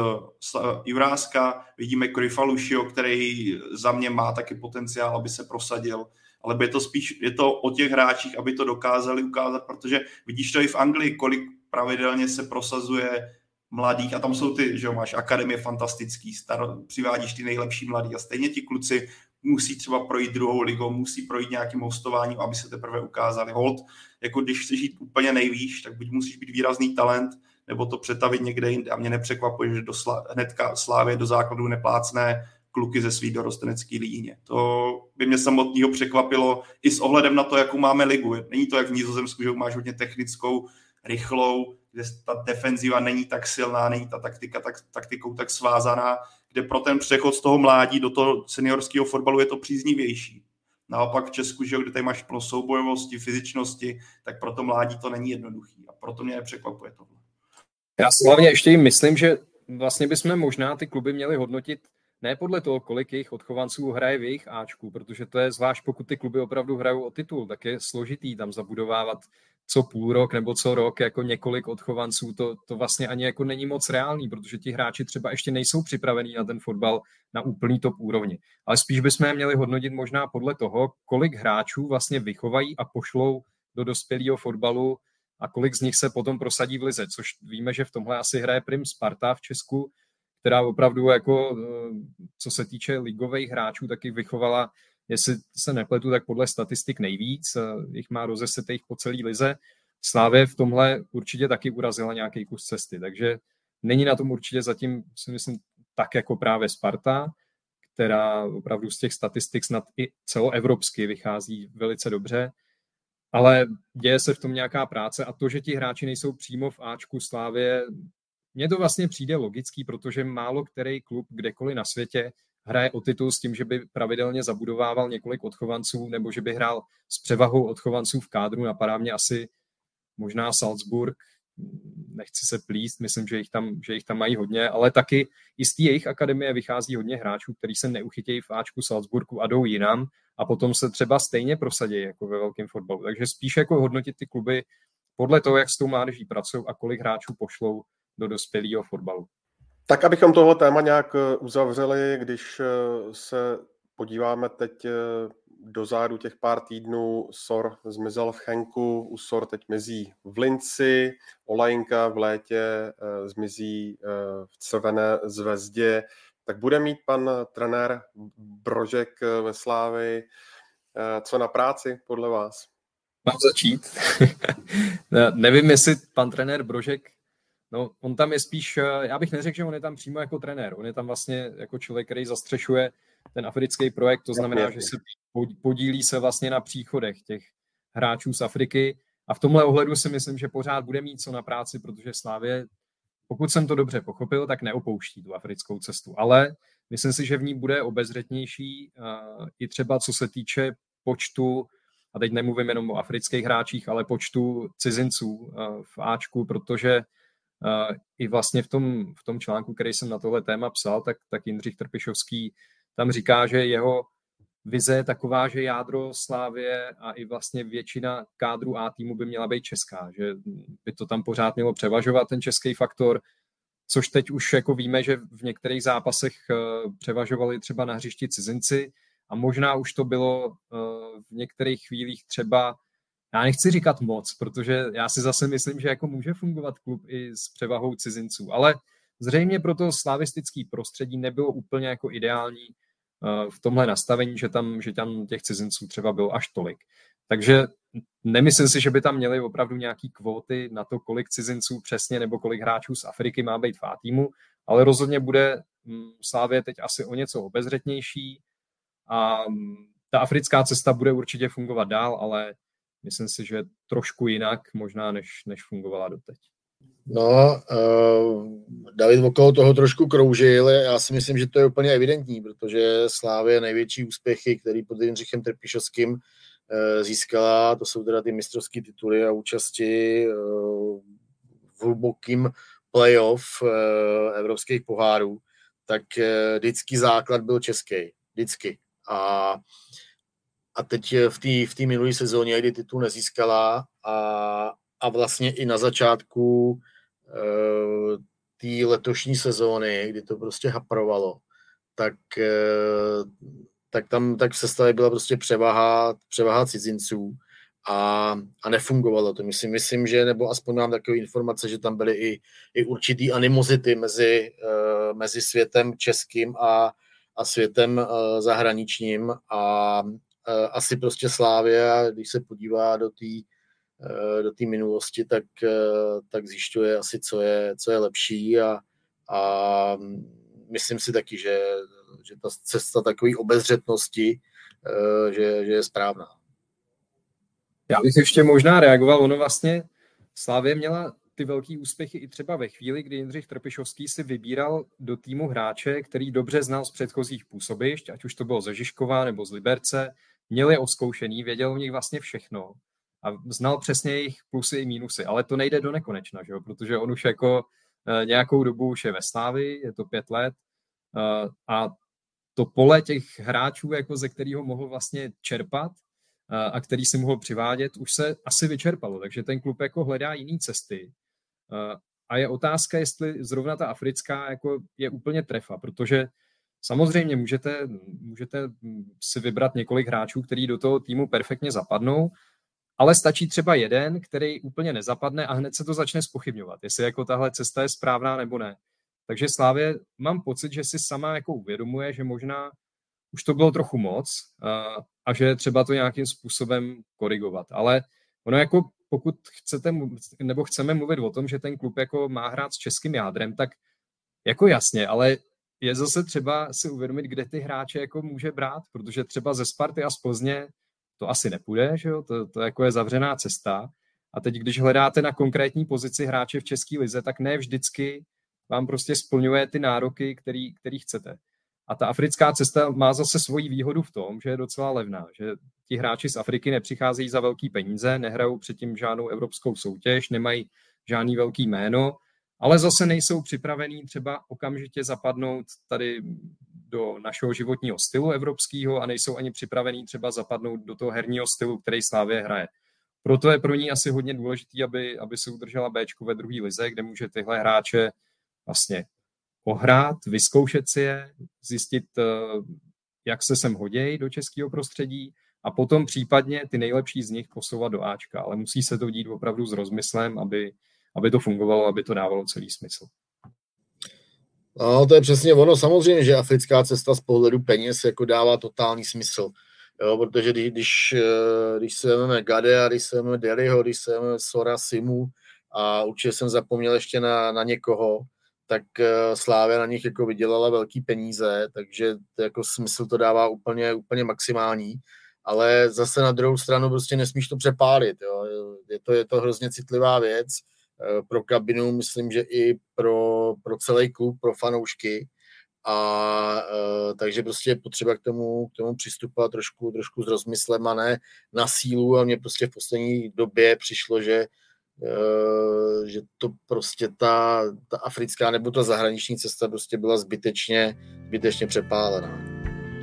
Juráska, vidíme Kryfalušio, který za mě má taky potenciál, aby se prosadil, ale je to o těch hráčích, aby to dokázali ukázat, protože vidíš to i v Anglii, kolik pravidelně se prosazuje mladých a tam jsou ty, že máš akademie fantastický, přivádíš ty nejlepší mladí a stejně ti kluci musí třeba projít druhou ligou, musí projít nějakým hostováním, aby se teprve ukázali. Hold, jako když chceš jít úplně nejvýš, tak buď musíš být výrazný talent, nebo to přetavit někde jinde. A mě nepřekvapuje, že hnedka Slavie do základu neplácné kluky ze svý dorostenecký líně. To by mě samotného překvapilo i s ohledem na to, jakou máme ligu. Není to jak v Nizozemsku, že máš hodně technickou, rychlou, kde ta defenziva není tak silná, není ta taktikou tak svázaná, kde pro ten přechod z toho mládí do toho seniorského fotbalu je to příznivější. Naopak v Česku, že kde tady máš plno soubojovosti, fyzičnosti, tak pro to mládí to není jednoduchý. A proto mě nepřekvapuje tohle. Já si hlavně ještě jim myslím, že vlastně bychom možná ty kluby měli hodnotit ne podle toho, kolik jejich odchovanců hraje v jejich Ačku, protože to je zvlášť, pokud ty kluby opravdu hrajou o titul, tak je složitý tam zabudovávat co půl rok nebo co rok jako několik odchovanců, to vlastně ani jako není moc reálný, protože ti hráči třeba ještě nejsou připravení na ten fotbal na úplný top úrovni. Ale spíš bychom je měli hodnotit možná podle toho, kolik hráčů vlastně vychovají a pošlou do dospělého fotbalu a kolik z nich se potom prosadí v lize, což víme, že v tomhle asi hraje prim Sparta v Česku, která opravdu jako, co se týče ligových hráčů, taky vychovala jestli se nepletu, tak podle statistik nejvíc, jich má rozesetých po celé lize. Slavie v tomhle určitě taky urazila nějaký kus cesty, takže není na tom určitě zatím, si myslím, tak jako právě Sparta, která opravdu z těch statistik snad i celoevropsky vychází velice dobře, ale děje se v tom nějaká práce a to, že ti hráči nejsou přímo v Ačku Slavie, mně to vlastně přijde logický, protože málo který klub kdekoliv na světě hraje o titul s tím, že by pravidelně zabudovával několik odchovanců nebo že by hrál s převahou odchovanců v kádru. Napadá mě asi možná Salzburg, nechci se plíst, myslím, že jich tam mají hodně, ale taky i z té jejich akademie vychází hodně hráčů, kteří se neuchytějí v Ačku Salzburgu a jdou jinam a potom se třeba stejně prosadí jako ve velkém fotbalu. Takže spíš jako hodnotit ty kluby podle toho, jak s tou mládeží pracují a kolik hráčů pošlou do dospělého fotbalu. Tak abychom toho téma nějak uzavřeli, když se podíváme teď dozadu těch pár týdnů, Sor zmizel v Chenku, u Sor teď mizí v Linci, Olajinka v létě zmizí v Červené Zvezdě. Tak bude mít pan trenér Brožek ve Slávii co na práci podle vás? Mám začít? Nevím, jestli pan trenér Brožek, no on tam je spíš, já bych neřekl, že on je tam přímo jako trenér, on je tam vlastně jako člověk, který zastřešuje ten africký projekt, to znamená, že se podílí se vlastně na příchodech těch hráčů z Afriky a v tomhle ohledu si myslím, že pořád bude mít co na práci, protože Slavie, pokud jsem to dobře pochopil, tak neopouští tu africkou cestu, ale myslím si, že v ní bude obezřetnější i třeba co se týče počtu, a teď nemluvím jenom o afrických hráčích, ale počtu cizinců v Ačku, protože i vlastně v tom článku, který jsem na tohle téma psal, tak Jindřich Trpišovský tam říká, že jeho vize je taková, že jádro Slávie a i vlastně většina kádru A týmu by měla být česká, že by to tam pořád mělo převažovat ten český faktor, což teď už jako víme, že v některých zápasech převažovali třeba na hřišti cizinci a možná už to bylo v některých chvílích třeba, já nechci říkat moc, protože já si zase myslím, že jako může fungovat klub i s převahou cizinců, ale zřejmě pro to slavistický prostředí nebylo úplně jako ideální v tomhle nastavení, že tam těch cizinců třeba bylo až tolik. Takže nemyslím si, že by tam měli opravdu nějaký kvóty na to, kolik cizinců přesně nebo kolik hráčů z Afriky má být v A týmu, ale rozhodně bude Slavie teď asi o něco obezřetnější a ta africká cesta bude určitě fungovat dál, ale myslím si, že trošku jinak možná, než fungovala doteď. No, David okolo toho trošku kroužil, já si myslím, že to je úplně evidentní, protože Slavie největší úspěchy, který pod Jindřichem Trpišovským získala, to jsou teda ty mistrovské tituly a účasti v hlubokým playoff evropských pohárů, tak vždycky základ byl český, vždycky. A teď v té minulé sezóně, kdy titul nezískala a vlastně i na začátku té letošní sezóny, kdy to prostě haprovalo, tak v sestavě byla prostě převaha cizinců a nefungovalo to. Myslím, že, nebo aspoň mám takové informace, že tam byly i určitý animozity mezi světem českým a světem zahraničním a asi prostě Slavia, když se podívá do té minulosti, tak zjišťuje asi, co je lepší a myslím si taky, že ta cesta takové obezřetnosti, že je správná. Já bych ještě možná reagoval, ono vlastně Slavie měla ty velký úspěchy i třeba ve chvíli, kdy Jindřich Trpišovský si vybíral do týmu hráče, který dobře znal z předchozích působišť, ať už to bylo ze Žižkova nebo z Liberce, měl je oskoušený, věděl o nich vlastně všechno a znal přesně jejich plusy i mínusy, ale to nejde do nekonečna, že jo? Protože on už jako nějakou dobu už je ve Slávii, je to 5 let a to pole těch hráčů, jako ze kterého mohl vlastně čerpat a který si mohl přivádět, už se asi vyčerpalo, takže ten klub jako hledá jiný cesty a je otázka, jestli zrovna ta africká jako je úplně trefa, protože samozřejmě můžete si vybrat několik hráčů, který do toho týmu perfektně zapadnou, ale stačí třeba jeden, který úplně nezapadne a hned se to začne zpochybňovat, jestli jako tahle cesta je správná nebo ne. Takže Slavie mám pocit, že si sama jako uvědomuje, že možná už to bylo trochu moc a že je třeba to nějakým způsobem korigovat. Ale ono jako pokud chceme mluvit o tom, že ten klub jako má hrát s českým jádrem, tak jako jasně, ale je zase třeba si uvědomit, kde ty hráče jako může brát, protože třeba ze Sparty a z Plzně to asi nepůjde, že jo? To jako je zavřená cesta. A teď, když hledáte na konkrétní pozici hráče v české lize, tak ne vždycky vám prostě splňuje ty nároky, který chcete. A ta africká cesta má zase svoji výhodu v tom, že je docela levná, že ti hráči z Afriky nepřicházejí za velký peníze, nehrajou předtím žádnou evropskou soutěž, nemají žádný velký jméno, ale zase nejsou připravení třeba okamžitě zapadnout tady do našeho životního stylu evropského a nejsou ani připravení třeba zapadnout do toho herního stylu, který Slavie hraje. Proto je pro ní asi hodně důležitý, aby se udržela Bčko ve druhé lize, kde může tyhle hráče vlastně ohrát, vyzkoušet si je, zjistit, jak se sem hodějí do českého prostředí a potom případně ty nejlepší z nich posouvat do Ačka. Ale musí se to dít opravdu s rozmyslem, aby to fungovalo, aby to dávalo celý smysl. No, to je přesně ono. Samozřejmě, že africká cesta z pohledu peněz jako dává totální smysl. Jo, protože když se vezmeme Gadea, když se vezmeme Deliho, když se vezmeme Sora, Simu a určitě jsem zapomněl ještě na někoho, tak Slavia na nich jako vydělala velký peníze, takže to jako smysl to dává úplně maximální, ale zase na druhou stranu prostě nesmíš to přepálit. Jo. Je to hrozně citlivá věc pro kabinu, myslím, že i pro celý klub, pro fanoušky. A takže prostě je potřeba k tomu přistupovat trošku s rozmyslem a ne na sílu. A mně prostě v poslední době přišlo, že to prostě ta africká nebo ta zahraniční cesta prostě byla zbytečně přepálená.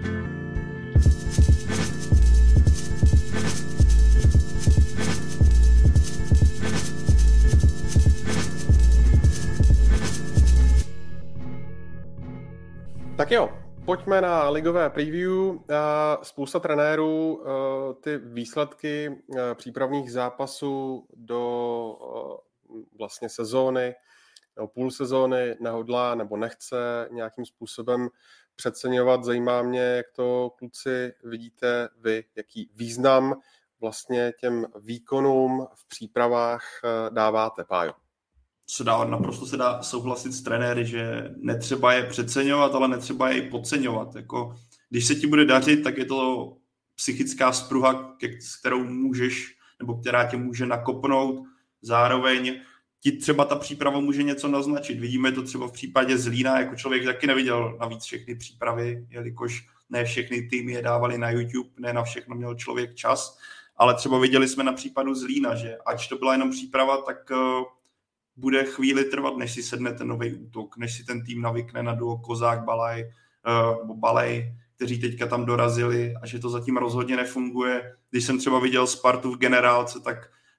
Tak jo, pojďme na ligové preview. Spousta trenérů ty výsledky přípravných zápasů do vlastně sezóny nebo půl sezóny nehodlá nebo nechce nějakým způsobem přeceňovat. Zajímá mě, jak to, kluci, vidíte vy, jaký význam vlastně těm výkonům v přípravách dáváte, Pájo. Naprosto se dá souhlasit s trenéry, že netřeba je přeceňovat, ale netřeba je i podceňovat. Jako, když se ti bude dařit, tak je to psychická spruha, s kterou můžeš, nebo která tě může nakopnout. Zároveň ti třeba ta příprava může něco naznačit. Vidíme to třeba v případě Zlína, jako člověk taky neviděl navíc všechny přípravy, jelikož ne všechny týmy je dávali na YouTube, ne na všechno měl člověk čas, ale třeba viděli jsme na případu Zlína, že ač to byla jenom příprava, tak bude chvíli trvat, než si sedne ten nový útok, než si ten tým navykne na duo Kozák-Balej, nebo Balej, kteří teďka tam dorazili a že to zatím rozhodně nefunguje. Když jsem třeba viděl Spartu v generálce, tak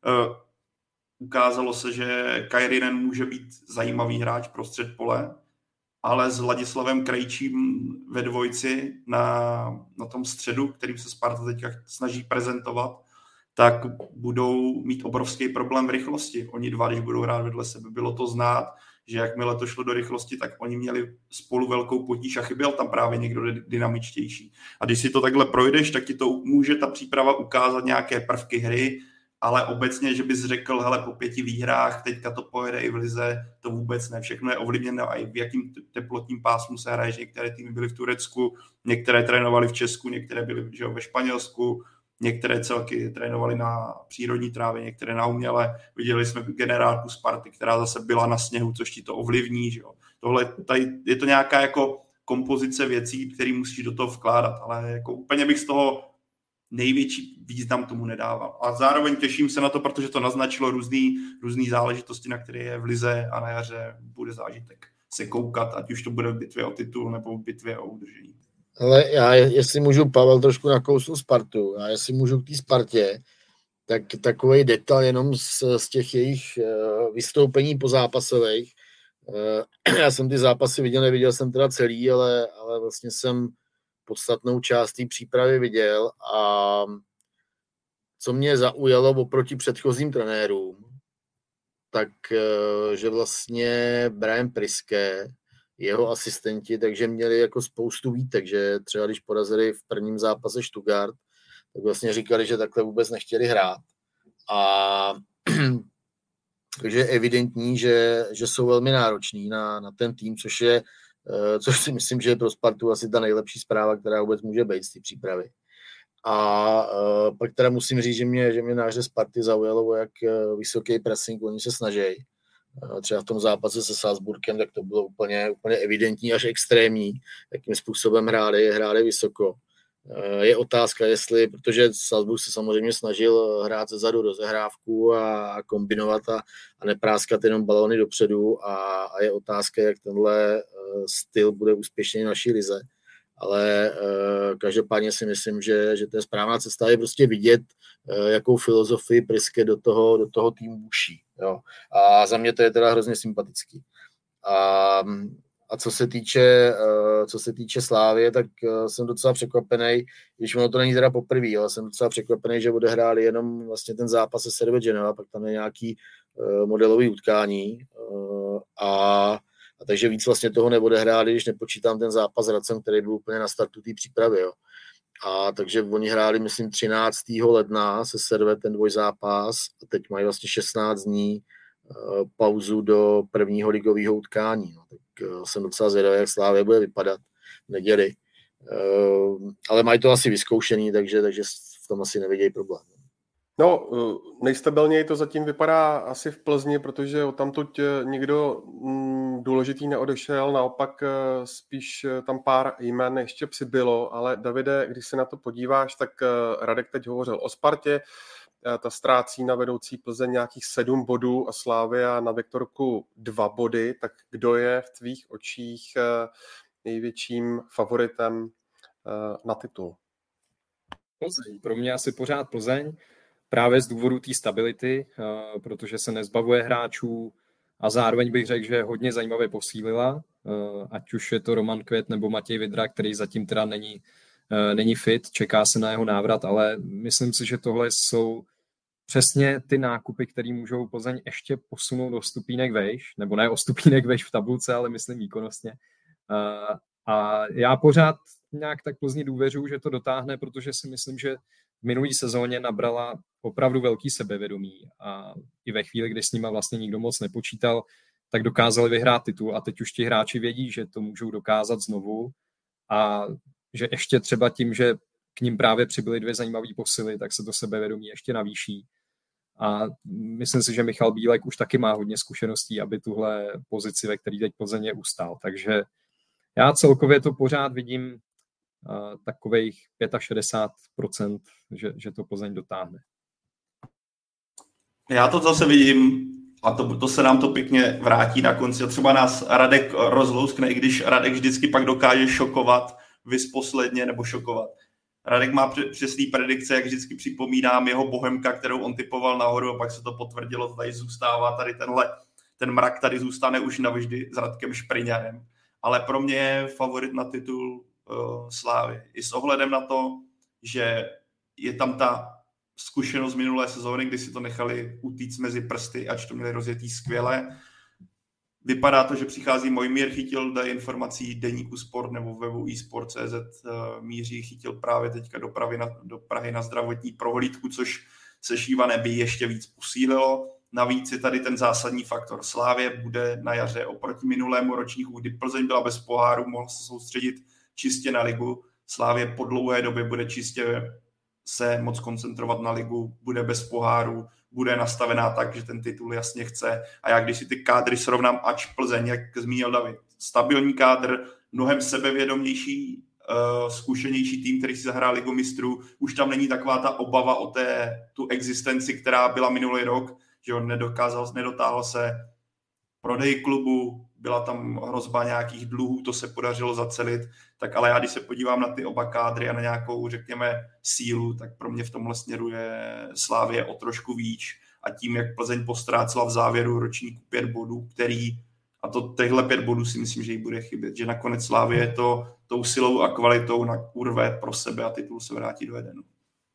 ukázalo se, že Kairinen může být zajímavý hráč prostřed pole, ale s Ladislavem Krejčím ve dvojci na tom středu, kterým se Sparta teďka snaží prezentovat, tak budou mít obrovský problém v rychlosti. Oni dva, když budou hrát vedle sebe, bylo to znát, že jakmile to šlo do rychlosti, tak oni měli spolu velkou potíž a chyběl tam právě někdo dynamičtější. A když si to takhle projdeš, tak ti to může ta příprava ukázat nějaké prvky hry, ale obecně, že bys řekl, hele, po 5 výhrách, teďka to pojede i v lize, to vůbec ne. Všechno je ovlivněno a i v jakým teplotním pásmu se hraje, že některé týmy byly v Turecku, některé trénovaly v Česku, některé byly ve Španělsku, některé celky trénovaly na přírodní trávě, některé na umělé. Viděli jsme generálku Sparty, která zase byla na sněhu, což ti to ovlivní. Že jo. Tohle, tady je to nějaká jako kompozice věcí, které musíš do toho vkládat, ale jako úplně bych z toho největší význam tomu nedával. A zároveň těším se na to, protože to naznačilo různý záležitosti, na které je v lize a na jaře bude zážitek se koukat, ať už to bude v bitvě o titul nebo v bitvě o udržení. Ale já, jestli můžu, Pavel, trošku nakousnu Spartu, a jestli můžu k té Spartě, tak takovej detail jenom z těch jejich vystoupení pozápasových. Já jsem ty zápasy viděl, neviděl jsem teda celý, ale vlastně jsem podstatnou část té přípravy viděl a co mě zaujalo oproti předchozím trenérům, tak že vlastně Brian Priske jeho asistenti, takže měli jako spoustu výtek, že třeba když porazili v prvním zápase Stuttgart, tak vlastně říkali, že takhle vůbec nechtěli hrát. A takže je evidentní, že jsou velmi nároční na ten tým, což si myslím, že je pro Spartu asi ta nejlepší zpráva, která vůbec může být z té přípravy. A pak teda musím říct, že mě na hře Sparty zaujalo, jak vysoký pressing oni se snaží. Třeba v tom zápase se Salzburgem, tak to bylo úplně evidentní, až extrémní, jakým způsobem hráli vysoko. Je otázka, protože Salzburg se samozřejmě snažil hrát zezadu rozehrávku a kombinovat a nepráskat jenom balóny dopředu a je otázka, jak tenhle styl bude úspěšný v naší lize. Ale každopádně si myslím, že to je správná cesta, je prostě vidět, jakou filozofii Priske do toho týmu buší. Jo. A za mě to je teda hrozně sympatický. A co se týče Slávie, tak jsem docela překvapený, když ono to není teda poprvé, ale jsem docela překvapený, že odehráli jenom vlastně ten zápas se Servette Genova, pak tam je nějaký modelový utkání a takže víc vlastně toho neodehráli, když nepočítám ten zápas s Hradcem, který byl úplně na startu té přípravy. Jo. A takže oni hráli, myslím, 13. ledna se Servette ten dvojzápas a teď mají vlastně 16 dní pauzu do prvního ligového utkání. No, tak jsem docela zvědavý, jak Slávě bude vypadat v neděli. Ale mají to asi vyzkoušený, takže v tom asi nevidějí problém. No, nejstabilněji to zatím vypadá asi v Plzni, protože odtamtud nikdo důležitý neodešel, naopak spíš tam pár jmen ještě přibylo, ale Davide, když se na to podíváš, tak Radek teď hovořil o Spartě, ta ztrácí na vedoucí Plzeň nějakých 7 bodů a Slavia na Viktorku 2 body, tak kdo je v tvých očích největším favoritem na titul? Plzeň. Pro mě asi pořád Plzeň, právě z důvodu té stability, protože se nezbavuje hráčů a zároveň bych řekl, že hodně zajímavě posílila, ať už je to Roman Květ nebo Matěj Vidra, který zatím teda není fit, čeká se na jeho návrat, ale myslím si, že tohle jsou přesně ty nákupy, které můžou Plzeň ještě posunout o stupínek vejš, nebo ne o stupínek vejš v tabulce, ale myslím výkonnostně. A já pořád nějak tak Plzni důvěřuji, že to dotáhne, protože si myslím, že v minulý sezóně nabrala opravdu velký sebevědomí a i ve chvíli, kdy s nima vlastně nikdo moc nepočítal, tak dokázali vyhrát titul a teď už ti hráči vědí, že to můžou dokázat znovu a že ještě třeba tím, že k ním právě přibyly 2 zajímavé posily, tak se to sebevědomí ještě navýší. A myslím si, že Michal Bílek už taky má hodně zkušeností, aby tuhle pozici, ve které teď Plzeň je, ustál. Takže já celkově to pořád vidím takových 65%, že to Plzeň dotáhne. Já to zase vidím, a to se nám to pěkně vrátí na konci. A třeba nás Radek rozlouskne, i když Radek vždycky pak dokáže šokovat, vys posledně nebo šokovat. Radek má přesný predikce, jak vždycky připomínám jeho Bohemka, kterou on typoval nahoru a pak se to potvrdilo, to tady zůstává, ten mrak tady zůstane už navždy s Radkem Špriňarem. Ale pro mě je favorit na titul Slávy. I s ohledem na to, že je tam ta zkušenost minulé sezóny, kdy si to nechali utíct mezi prsty, ač to měli rozjetý skvěle. Vypadá to, že přichází Mojmír Chytil, dají informací deníku Sport nebo webu eSport.cz míří Chytil právě teďka do Prahy na zdravotní prohlídku, což se Šívané by ještě víc posílilo. Navíc je tady ten zásadní faktor. Slávě bude na jaře oproti minulému ročníku, kdy Plzeň byla bez poháru, mohla se soustředit čistě na ligu. Slávě po dlouhé době bude čistě se moc koncentrovat na ligu, bude bez poháru, bude nastavená tak, že ten titul jasně chce. A já když si ty kádry srovnám, ač Plzeň, jak zmínil David, stabilní kádr, mnohem sebevědomější, zkušenější tým, který si zahrál Ligu mistrů, už tam není taková ta obava o tu existenci, která byla minulý rok, že on nedotáhl se prodej klubu, byla tam hrozba nějakých dluhů, to se podařilo zacelit, tak ale já když se podívám na ty oba kádry a na nějakou, řekněme, sílu, tak pro mě v tomhle směru je Slavie o trošku výš a tím, jak Plzeň postrácela v závěru ročníku 5 bodů, a těchto 5 bodů si myslím, že jí bude chybět, že nakonec Slavie to tou silou a kvalitou urve pro sebe a titul se vrátí do Edenu.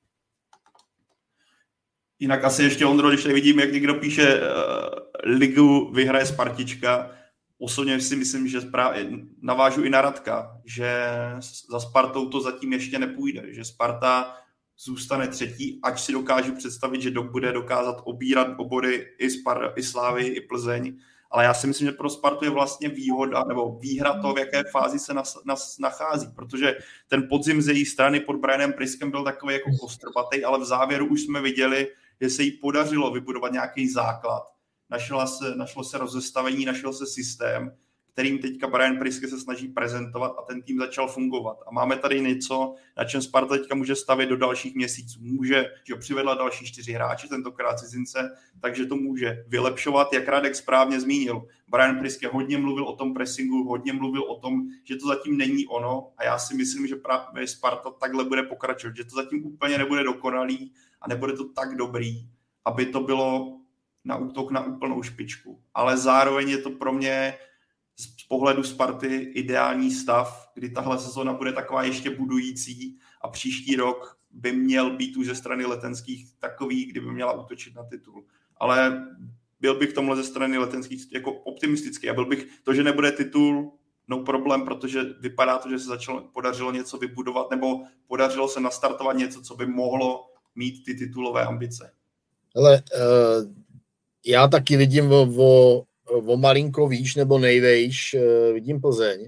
Jinak asi ještě, Ondro, když tady vidím, jak někdo píše ligu vyhraje Spartička, osobně si myslím, že navážu i na Radka, že za Spartou to zatím ještě nepůjde, že Sparta zůstane třetí, ať si dokážu představit, že bude dokázat obírat obory i Slávy, i Plzeň, ale já si myslím, že pro Spartu je vlastně výhoda nebo výhra to, v jaké fázi se nachází, protože ten podzim ze její strany pod Brianem Priskem byl takový jako kostrbatej, ale v závěru už jsme viděli, že se jí podařilo vybudovat nějaký základ. Našlo se rozestavení, našel se systém, kterým teďka Brian Priske se snaží prezentovat a ten tým začal fungovat. A máme tady něco, na čem Sparta teďka může stavět do dalších měsíců. Může, že přivedla další 4 hráče, tentokrát cizince, takže to může vylepšovat, jak Radek správně zmínil. Brian Priske hodně mluvil o tom pressingu, hodně mluvil o tom, že to zatím není ono a já si myslím, že právě Sparta takhle bude pokračovat, že to zatím úplně nebude dokonalý a nebude to tak dobrý, aby to bylo na útok na úplnou špičku. Ale zároveň je to pro mě z pohledu Sparty ideální stav, kdy tahle sezóna bude taková ještě budující a příští rok by měl být už ze strany Letenských takový, kdyby měla útočit na titul. Ale byl bych tomhle ze strany Letenských jako optimistický a byl bych to, že nebude titul, no problém, protože vypadá to, že se podařilo něco vybudovat nebo podařilo se nastartovat něco, co by mohlo mít ty titulové ambice. Ale já taky vidím o malinko výš nebo nejvejš, vidím Plzeň.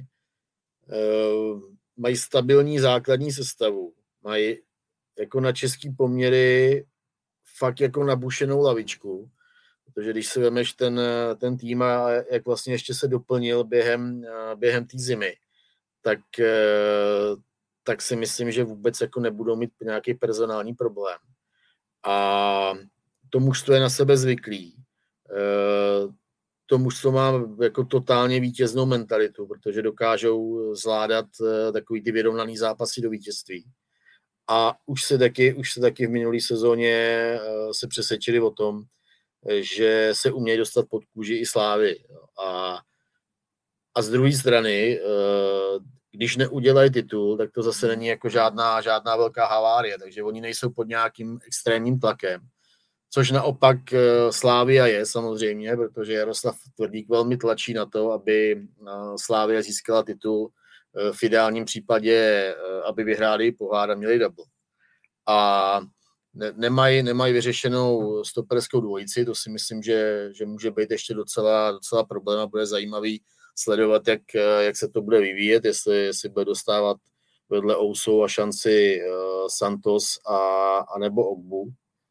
Mají stabilní základní sestavu. Mají jako na český poměry fakt jako nabušenou lavičku. Protože když si vemeš ten tým a jak vlastně ještě se doplnil během té zimy, tak si myslím, že vůbec jako nebudou mít nějaký personální problém. A to mužstvo je na sebe zvyklý. To mužstvo má jako totálně vítěznou mentalitu, protože dokážou zvládat takový ty vyrovnaný zápasy do vítězství. A už se taky v minulé sezóně se přesvědčili o tom, že se umějí dostat pod kůži i Slávy. A z druhé strany, když neudělají titul, tak to zase není jako žádná velká havárie, takže oni nejsou pod nějakým extrémním tlakem. Což naopak Slavia je samozřejmě, protože Jaroslav Tvrdík velmi tlačí na to, aby Slavia získala titul, v ideálním případě, aby vyhráli pohár a měli double. A nemají vyřešenou stoperskou dvojici, to si myslím, že může být ještě docela problém a bude zajímavý sledovat, jak se to bude vyvíjet, jestli bude dostávat vedle Ousou a šanci Santos a nebo Ogbu.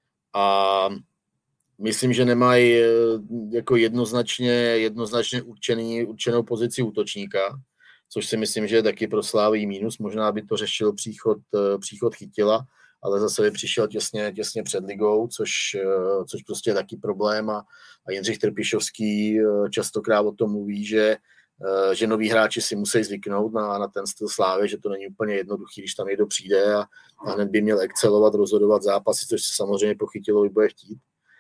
A myslím, že nemají jako jednoznačně určenou pozici útočníka, což si myslím, že je taky pro Slávy mínus. Možná by to řešil příchod Chytila, ale zase by přišel těsně před ligou, což prostě je taky problém. A Jindřich Trpišovský častokrát o tom mluví, že noví hráči si musí zvyknout na ten styl Slávy, že to není úplně jednoduchý, když tam někdo přijde a hned by měl excelovat, rozhodovat zápasy, což se samozřejmě po Chytilovi bude chtít.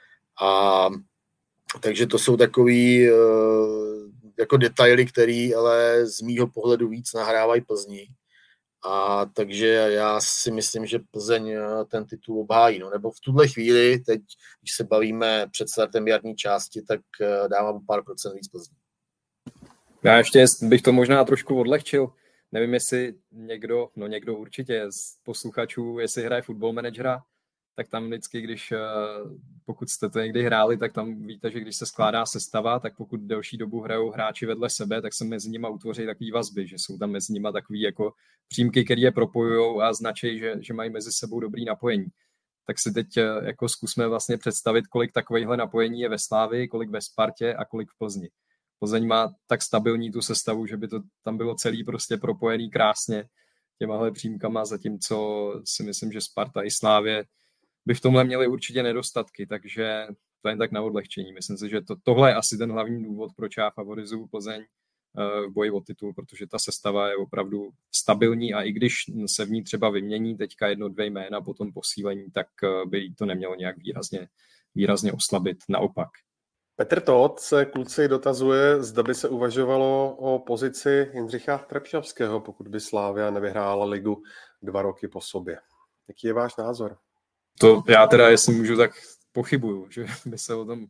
A takže to jsou takový jako detaily, který ale z mýho pohledu víc nahrávají Plzni. A takže já si myslím, že Plzeň ten titul obhájí. No, nebo v tuhle chvíli, teď, když se bavíme před startem jarní části, tak dávám pár procent víc Plzni. Já ještě bych to možná trošku odlehčil. Nevím, jestli někdo určitě z posluchačů, jestli hraje Football Managera, tak tam vždycky, pokud jste to někdy hráli, tak tam víte, že když se skládá sestava, tak pokud delší dobu hrajou hráči vedle sebe, tak se mezi nimi utvoří takový vazby, že jsou tam mezi nimi takový jako přímky, které je propojujou a značí, že mají mezi sebou dobrý napojení. Tak si teď jako zkusme vlastně představit, kolik takovýchhle napojení je ve Slávii, kolik ve Spartě a kolik v Plzni. Plzeň má tak stabilní tu sestavu, že by to tam bylo celý prostě propojený krásně těmahle přímkama, zatímco si myslím, že Sparta i Slávě by v tomhle měli určitě nedostatky, takže to je tak na odlehčení. Myslím si, že tohle je asi ten hlavní důvod, proč já favorizuju Plzeň v boji o titul, protože ta sestava je opravdu stabilní a i když se v ní třeba vymění teďka 1-2 jména po tom posílení, tak by to nemělo nějak výrazně oslabit, naopak. Petr Todt se kluci dotazuje, zda by se uvažovalo o pozici Jindřicha Trpišovského, pokud by Slavia nevyhrála ligu 2 roky po sobě. Jaký je váš názor? To já teda, jestli můžu, tak pochybuju, že by se o tom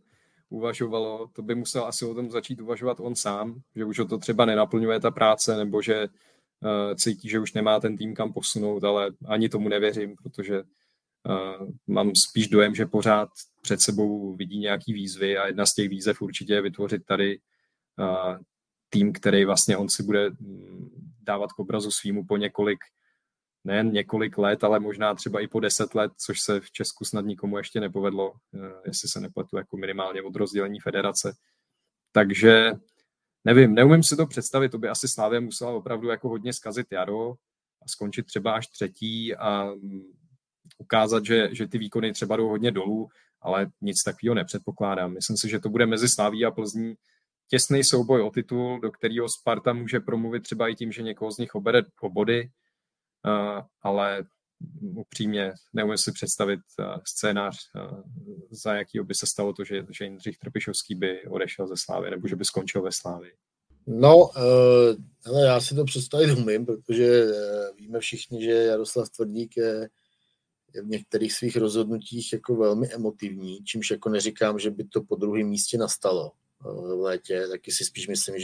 uvažovalo, to by musel asi o tom začít uvažovat on sám, že už ho to třeba nenaplňuje ta práce, nebo že cítí, že už nemá ten tým kam posunout, ale ani tomu nevěřím, protože mám spíš dojem, že pořád před sebou vidí nějaký výzvy a jedna z těch výzev určitě je vytvořit tady tým, který vlastně on si bude dávat k obrazu svýmu po nejen několik let, ale možná třeba i po 10 let, což se v Česku snad nikomu ještě nepovedlo, jestli se nepletu, jako minimálně od rozdělení federace. Takže nevím, neumím si to představit, to by asi Slavia musela opravdu jako hodně zkazit jaro a skončit třeba až 3. a ukázat, že ty výkony třeba jdou hodně dolů, ale nic takového nepředpokládám. Myslím si, že to bude mezi Slavií a Plzní těsný souboj o titul, do kterého Sparta může promluvit třeba i tím, že někoho z nich obere o body, ale upřímně neumím si představit scénář, za jakýho by se stalo to, že Jindřich Trpišovský by odešel ze Slávy nebo že by skončil ve Slávii. No, ale já si to představit umím, protože víme všichni, že Jaroslav Tvrdík je v některých svých rozhodnutích jako velmi emotivní, čímž jako neříkám, že by to po druhém místě nastalo v létě, taky si spíš myslím,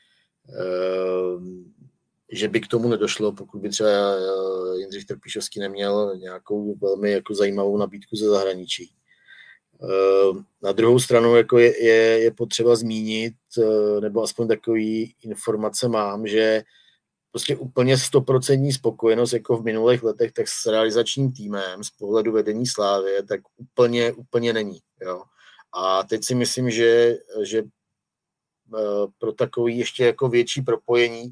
že by k tomu nedošlo, pokud by třeba Jindřich Trpišovský neměl nějakou velmi jako zajímavou nabídku ze zahraničí. Na druhou stranu jako je potřeba zmínit, nebo aspoň takový informace mám, že prostě úplně 100% spokojenost jako v minulých letech, tak s realizačním týmem z pohledu vedení Slávie, tak úplně není. Jo. A teď si myslím, že pro takový ještě jako větší propojení,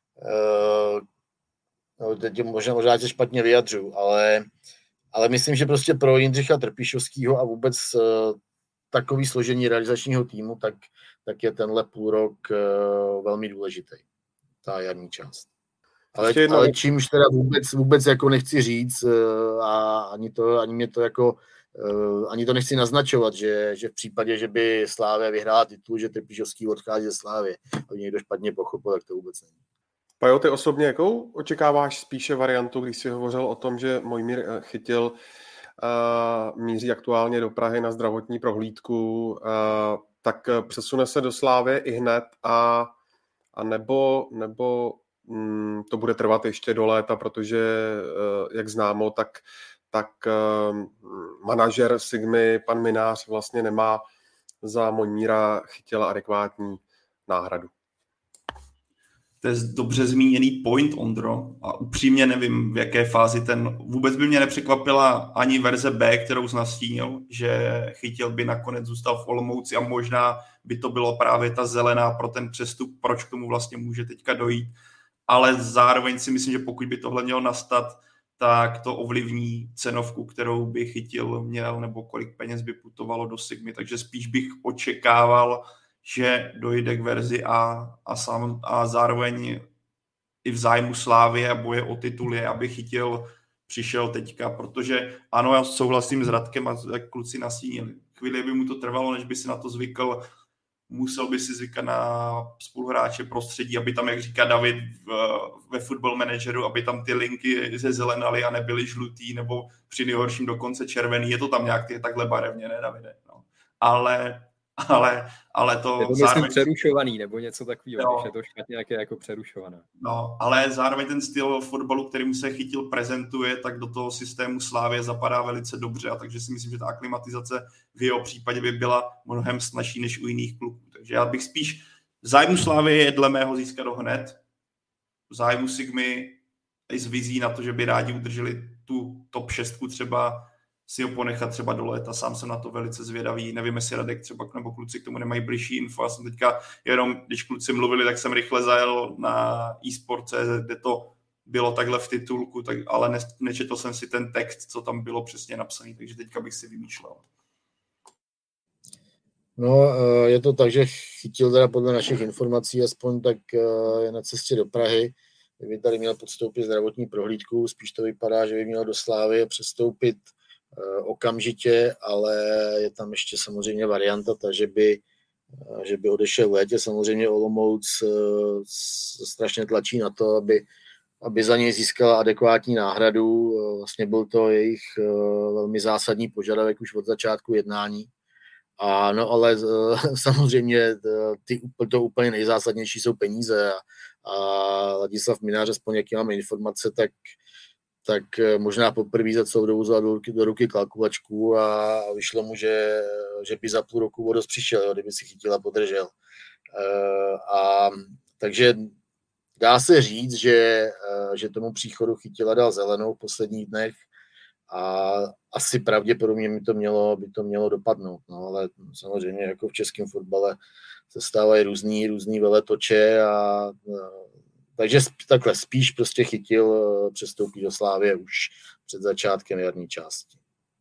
teď možná se špatně vyjadřu, ale myslím, že prostě pro Jindřicha Trpišovského a vůbec takový složení realizačního týmu, tak je tenhle půlrok velmi důležitý, ta jarní část. Ale čímž teda vůbec jako nechci říct a ani mě to jako ani to nechci naznačovat, že v případě, že by Slávia vyhrála titul, že Trpišovský odchází ze Slávie, aby někdo špatně pochopil, tak to vůbec není. Pajo, ty osobně jakou očekáváš spíše variantu, když jsi hovořil o tom, že Mojmír Chytil míří aktuálně do Prahy na zdravotní prohlídku, tak přesune se do Slávie i hned a nebo to bude trvat ještě do léta, protože jak známo, tak manažer Sigmy, pan Minář, vlastně nemá za Mojmíra Chytila adekvátní náhradu. To je dobře zmíněný point, Ondro, a upřímně nevím, v jaké fázi vůbec by mě nepřekvapila ani verze B, kterou jsi nastínil, že Chytil by nakonec zůstal v Olomouci a možná by to bylo právě ta zelená pro ten přestup, proč k tomu vlastně může teďka dojít, ale zároveň si myslím, že pokud by tohle mělo nastat, tak to ovlivní cenovku, kterou by Chytil měl, nebo kolik peněz by putovalo do Sigmy, takže spíš bych očekával, že dojde k verzi a zároveň i v zájmu Slávie a boje o titul je, aby Chytil přišel teďka, protože ano, já souhlasím s Radkem a jak kluci nastínili. Chvíli by mu to trvalo, než by si na to zvykl, musel by si zvykat na spoluhráče prostředí, aby tam, jak říká David ve Football Manageru, aby tam ty linky zezelenaly a nebyly žlutý, nebo při nejhorším dokonce červený. Je to tam nějak takhle barevně, ne, Davide? No. Ale to nebo zároveň přerušovaný, nebo něco takového, když je to špatně jako přerušované. No, ale zároveň ten styl fotbalu, kterým se Chytil prezentuje, tak do toho systému Slávie zapadá velice dobře, a takže si myslím, že ta aklimatizace v jeho případě by byla mnohem snazší než u jiných klubů. Takže já bych spíš v zájmu Slávie je dle mého získat ho hned, v zájmu Sigmy i s vizí na to, že by rádi udrželi tu top 6 třeba, si ho ponechat třeba do léta. Sám jsem na to velice zvědavý. Nevím, jestli Radek třeba nebo kluci k tomu nemají bližší info. Já jsem teďka jenom, když kluci mluvili, tak jsem rychle zajel na eSport.cz, kde to bylo takhle v titulku, ale nečetl jsem si ten text, co tam bylo přesně napsaný, takže teďka bych si vymýšlel. No, je to tak, že Chytil teda podle našich informací aspoň tak je na cestě do Prahy. Kdyby tady měl podstoupit zdravotní prohlídku, spíš to vypadá, že by měl do Slávy přestoupit okamžitě, ale je tam ještě samozřejmě varianta, že by odešel v létě. Samozřejmě Olomouc strašně tlačí na to, aby za něj získala adekvátní náhradu. Vlastně byl to jejich velmi zásadní požadavek už od začátku jednání A no ale samozřejmě to úplně nejzásadnější jsou peníze a Ladislav Minář, aspoň jaký máme informace, tak možná poprvé za celou dobu vzal do ruky kalkulačku a vyšlo mu, že by za půl roku o dost přišel, jo, kdyby si Chytila podržel. Takže dá se říct, že tomu příchodu Chytila dal zelenou v posledních dnech a asi pravděpodobně by to mělo dopadnout. No, ale samozřejmě jako v českém fotbale se stávají různý veletoče takže takhle spíš prostě Chytil přestoupí do Slávie už před začátkem jarní části.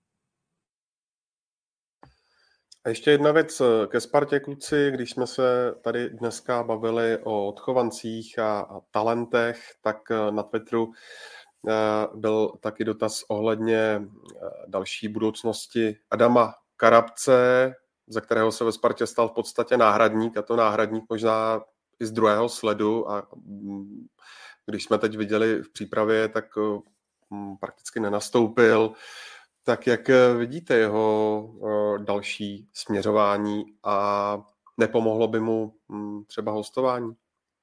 A ještě jedna věc ke Spartě, kluci, když jsme se tady dneska bavili o odchovancích a talentech, tak na Twitteru byl taky dotaz ohledně další budoucnosti Adama Karabce, za kterého se ve Spartě stal v podstatě náhradník, a to náhradník možná i z druhého sledu, a když jsme teď viděli v přípravě, tak prakticky nenastoupil. Tak jak vidíte jeho další směřování a nepomohlo by mu třeba hostování?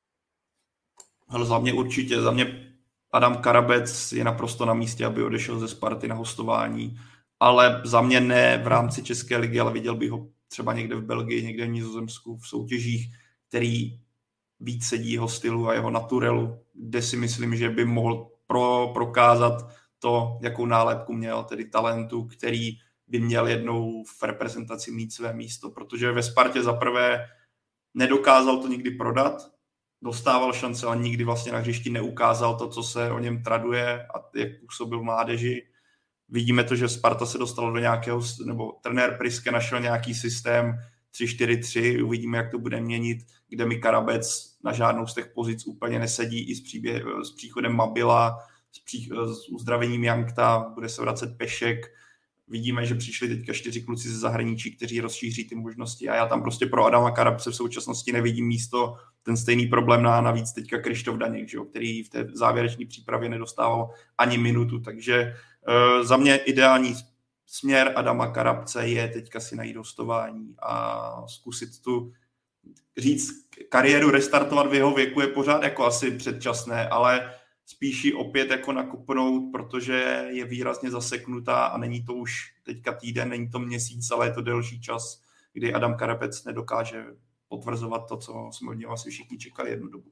Hele, za mě určitě. Za mě Adam Karabec je naprosto na místě, aby odešel ze Sparty na hostování, ale za mě ne v rámci České ligy, ale viděl bych ho třeba někde v Belgii, někde v Nizozemsku, v soutěžích, který víc sedí jeho stylu a jeho naturelu, kde si myslím, že by mohl prokázat to, jakou nálepku měl, tedy talentu, který by měl jednou v reprezentaci mít své místo, protože ve Spartě zaprvé nedokázal to nikdy prodat, dostával šance, ale nikdy vlastně na hřišti neukázal to, co se o něm traduje a jak působil v mládeži. Vidíme to, že Sparta se dostala do nějakého, nebo trenér Priske našel nějaký systém 3-4-3, uvidíme, jak to bude měnit, kde mi Karabec na žádnou z těch pozic úplně nesedí, i s příchodem Mabila, s uzdravením Jankta, bude se vracet Pešek. Vidíme, že přišli teďka 4 kluci ze zahraničí, kteří rozšíří ty možnosti a já tam prostě pro Adama Karabce v současnosti nevidím místo. Ten stejný problém navíc teďka Krištof Daněk, že, který v té závěrečné přípravě nedostával ani minutu, takže za mě ideální směr Adama Karabce je teďka si najít hostování a zkusit tu říct kariéru restartovat v jeho věku je pořád jako asi předčasné, ale spíš ji opět jako nakopnout, protože je výrazně zaseknutá a není to už teďka týden, není to měsíc, ale je to delší čas, kdy Adam Karabec nedokáže potvrzovat to, co jsme od něho asi všichni čekali jednu dobu.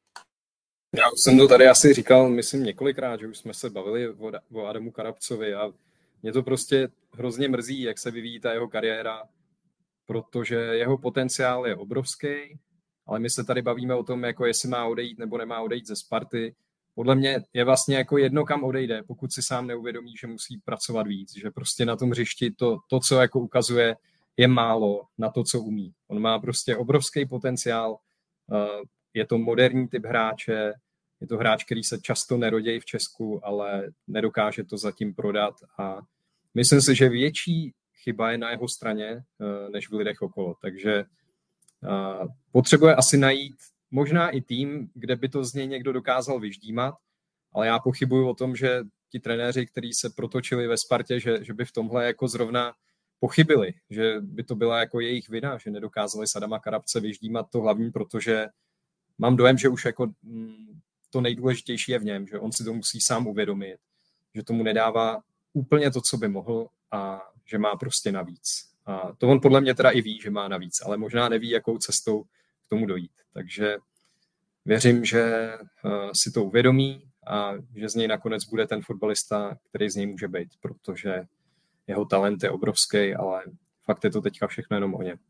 Já už jsem to tady asi říkal, myslím několikrát, že už jsme se bavili o Adamu Karabcovi a mě to prostě hrozně mrzí, jak se vyvíjí ta jeho kariéra, protože jeho potenciál je obrovský, ale my se tady bavíme o tom, jako jestli má odejít nebo nemá odejít ze Sparty. Podle mě je vlastně jako jedno, kam odejde, pokud si sám neuvědomí, že musí pracovat víc, že prostě na tom hřišti to co jako ukazuje, je málo na to, co umí. On má prostě obrovský potenciál, je to moderní typ hráče, je to hráč, který se často nerodí v Česku, ale nedokáže to zatím prodat a myslím si, že větší chyba je na jeho straně, než v lidech okolo. Takže potřebuje asi najít možná i tým, kde by to z něj někdo dokázal vyždímat, ale já pochybuju o tom, že ti trenéři, kteří se protočili ve Spartě, že by v tomhle jako zrovna pochybili, že by to byla jako jejich vina, že nedokázali s Adama Karabce vyždímat to hlavní, protože mám dojem, že už jako to nejdůležitější je v něm, že on si to musí sám uvědomit, že tomu nedává úplně to, co by mohl a že má prostě navíc. A to on podle mě teda i ví, že má navíc, ale možná neví, jakou cestou k tomu dojít. Takže věřím, že si to uvědomí a že z něj nakonec bude ten fotbalista, který z něj může být, protože jeho talent je obrovský, ale fakt je to teďka všechno jenom o něm.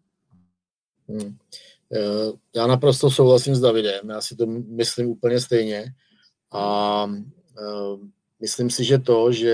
Já naprosto souhlasím s Davidem, já si to myslím úplně stejně a myslím si, že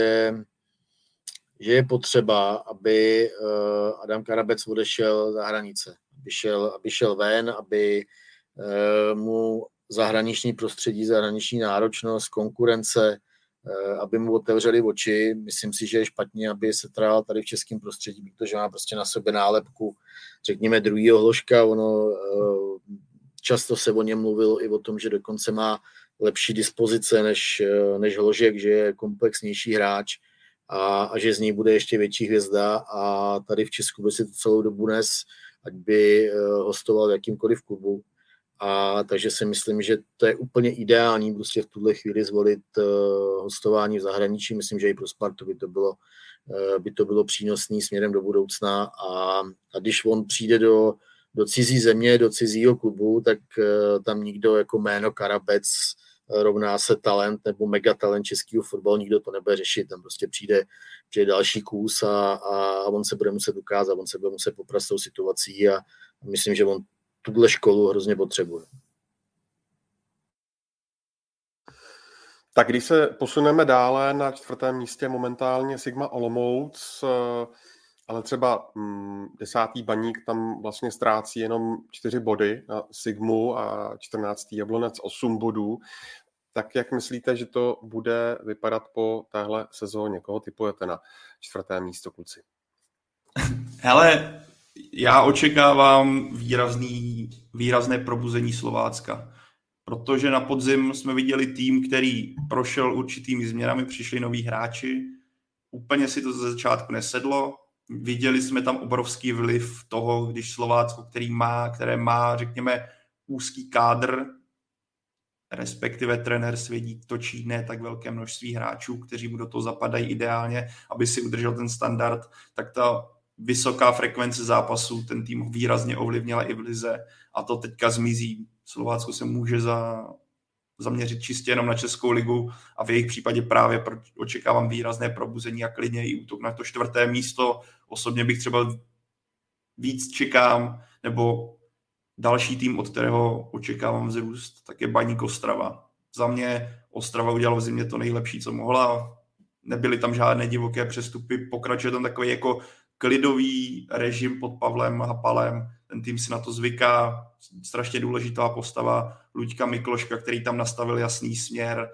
že je potřeba, aby Adam Karabec odešel za hranice, aby šel ven, aby mu zahraniční prostředí, zahraniční náročnost, konkurence, aby mu otevřeli oči. Myslím si, že je špatně, aby se trval tady v českém prostředí, protože má prostě na sobě nálepku, řekněme, druhýho hložka. Často se o něm mluvilo i o tom, že dokonce má lepší dispozice než hložek, že je komplexnější hráč. a že z ní bude ještě větší hvězda a tady v Česku by si to celou dobu nes, ať by hostoval v jakýmkoliv klubu. A takže si myslím, že to je úplně ideální prostě v tuhle chvíli zvolit hostování v zahraničí. Myslím, že i pro Spartu by to bylo přínosný směrem do budoucna a když on přijde do cizí země, do cizího klubu, tak tam nikdo jako jméno Karabec rovná se talent nebo megatalent českého fotbalu, nikdo to nebude řešit, tam prostě přijde další kus a on se bude muset ukázat, on se bude muset poprat s tou situací a myslím, že on tuhle školu hrozně potřebuje. Tak když se posuneme dále, na 4. místě momentálně Sigma Olomouc, ale třeba 10. Baník tam vlastně ztrácí jenom 4 body na Sigmu a 14. Jablonec 8 bodů. Tak jak myslíte, že to bude vypadat po téhle sezóně? Koho tipujete na 4. místo, kluci? Hele, já očekávám výrazné probuzení Slovácka, protože na podzim jsme viděli tým, který prošel určitými změnami, přišli noví hráči, úplně si to ze začátku nesedlo, viděli jsme tam obrovský vliv toho, když Slovácko, které má, řekněme, úzký kádr, respektive trenér svědí točí ne tak velké množství hráčů, kteří mu do toho zapadají ideálně, aby si udržel ten standard, tak ta vysoká frekvence zápasů ten tým výrazně ovlivnila i v lize a to teďka zmizí. Slovácko se může zaměřit čistě jenom na Českou ligu a v jejich případě právě očekávám výrazné probuzení a klidně i útok na to 4. místo. Osobně bych třeba víc čekám, nebo další tým, od kterého očekávám vzrůst, tak je Baník Ostrava. Za mě Ostrava udělala v zimě to nejlepší, co mohla. Nebyly tam žádné divoké přestupy, pokračuje tam takový jako klidový režim pod Pavlem Hapalem. Ten tým si na to zvyká, strašně důležitá postava Luďka Mikloška, který tam nastavil jasný směr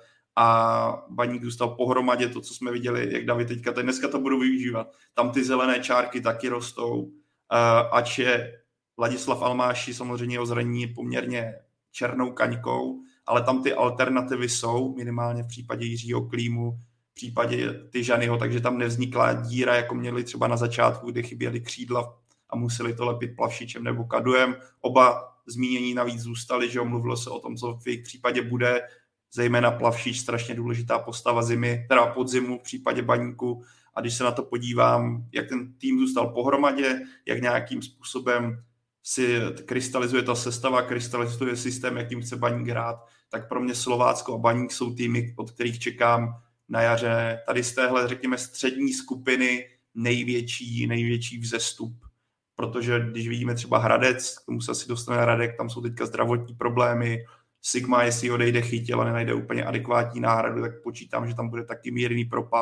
a Baník zůstal pohromadě, to, co jsme viděli, jak David teďka, dneska to budu využívat. Tam ty zelené čárky taky rostou, ač je Ladislav Almáši samozřejmě jeho zranění poměrně černou kaňkou, ale tam ty alternativy jsou, minimálně v případě Jiřího Klímu, v případě Tyžanyho, takže tam nevznikla díra, jako měli třeba na začátku, kdy chyběly křídla a museli to lepit Plavšičem nebo Kaduem. Oba zmínění navíc zůstali, že mluvilo se o tom, co v jejich případě bude, zejména Plavšič, strašně důležitá postava zimy, teda podzimu v případě Baníku. A když se na to podívám, jak ten tým zůstal pohromadě, jak nějakým způsobem si krystalizuje ta sestava, krystalizuje systém, jakým chce Baník hrát, tak pro mě Slovácko a Baník jsou týmy, od kterých čekám na jaře. Tady z téhle, řekněme, střední skupiny největší vzestup. Protože když vidíme třeba Hradec, k tomu se asi dostane Radek, tam jsou teďka zdravotní problémy, Sigma, jestli odejde Chytil a nenajde úplně adekvátní náhradu, tak počítám, že tam bude taky mírný propad.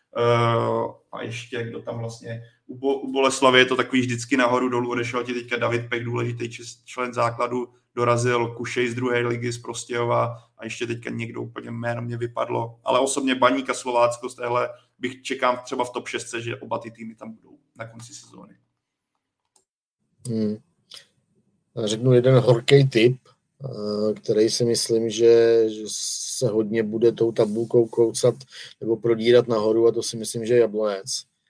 A ještě, kdo tam vlastně... U Boleslavy je to takový vždycky nahoru dolů, odešel ti teďka David Pech, důležitý člen základu, dorazil Kušej z 2. ligy z Prostějova a ještě teďka někdo úplně jméno mě vypadlo. Ale osobně Baník a Slovácko z téhle bych čekám třeba v top 6, že oba ty týmy tam budou na konci sezóny. Řeknu jeden horký tip, který si myslím, že se hodně bude tou tabulkou koucat nebo prodírat nahoru a to si myslím, že je Jablonec.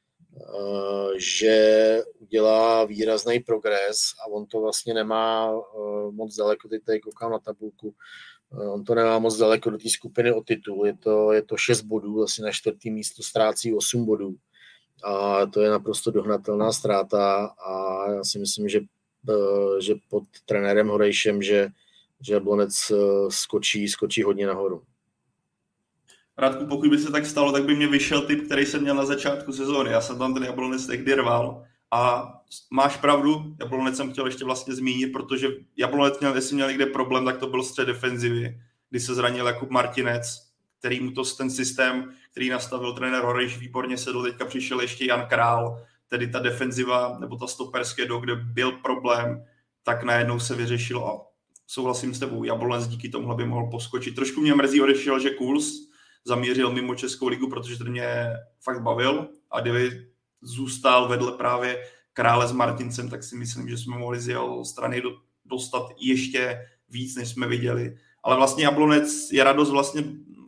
Že udělá výrazný progres a on to vlastně nemá moc daleko, teď tady koukám na tabulku, on to nemá moc daleko do té skupiny o titul, je to 6 bodů, vlastně na 4. místo ztrácí 8 bodů a to je naprosto dohnatelná ztráta a já si myslím, že pod trenérem Horejšem, že Jablonec skočí hodně nahoru. Radku, pokud by se tak stalo, tak by mě vyšel typ, který jsem měl na začátku sezóny. Já jsem tam ten Jablonec tehdy rval a máš pravdu, Jablonec jsem chtěl ještě vlastně zmínit, protože Jablonec jestli měl někde problém, tak to byl střed defenzivy, kdy se zranil Jakub Martinec, který mu to ten systém, který nastavil trenér Horejš, výborně sedl, teďka přišel ještě Jan Král, tedy ta defenziva nebo ta stoperské kde byl problém, tak najednou se vyřešilo a souhlasím s tebou, Jablonec díky tomuhle by mohl poskočit. Trošku mě mrzí odešel, že Kuls zamířil mimo Českou ligu, protože to mě fakt bavil a kdyby zůstal vedle právě Krále s Martincem, tak si myslím, že jsme mohli z jeho strany dostat ještě víc, než jsme viděli. Ale vlastně Jablonec je radost vlastně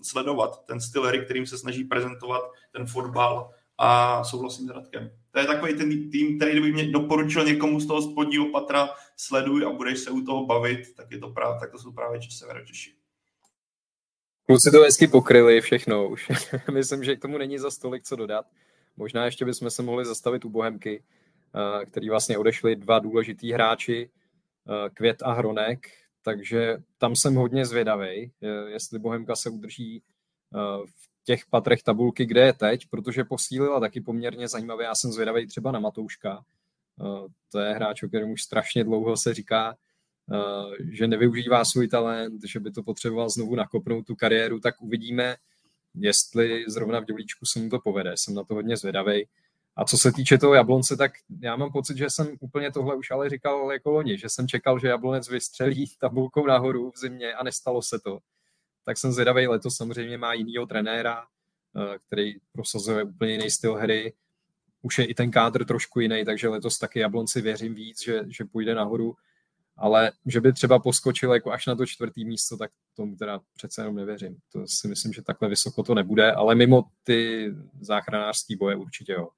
sledovat, ten styl hry, kterým se snaží prezentovat ten fotbal, a souhlasím s Radkem. To je takový ten tým, který by mě doporučil někomu z toho spodního patra, sleduj a budeš se u toho bavit, tak je to právě, tak to jsou právě Severočeši. Kluci to hezky pokryli všechno už. Myslím, že k tomu není za tolik co dodat. Možná ještě bychom se mohli zastavit u Bohemky, který vlastně odešli 2 důležitý hráči, Květ a Hronek, takže tam jsem hodně zvědavej, jestli Bohemka se udrží v těch patrech tabulky, kde je teď, protože posílila taky poměrně zajímavě. Já jsem zvědavej třeba na Matouška. To je hráč, o kterém už strašně dlouho se říká, že nevyužívá svůj talent, že by to potřeboval znovu nakopnout tu kariéru, tak uvidíme, jestli zrovna v Děvlíčku se mu to povede. Jsem na to hodně zvědavej. A co se týče toho Jablonce, tak já mám pocit, že jsem úplně tohle už ale říkal jako loni, že jsem čekal, že Jablonec vystřelí tabulkou nahoru v zimě a nestalo se to. Tak jsem zvědavej, letos samozřejmě má jinýho trenéra, který prosazuje úplně jiný styl hry. Už je i ten kádr trošku jiný, takže letos taky Jablonci věřím víc, že půjde nahoru. Ale že by třeba poskočil jako až na to 4. místo, tak tomu teda přece jenom nevěřím. To si myslím, že takhle vysoko to nebude, ale mimo ty záchranářský boje určitě jo.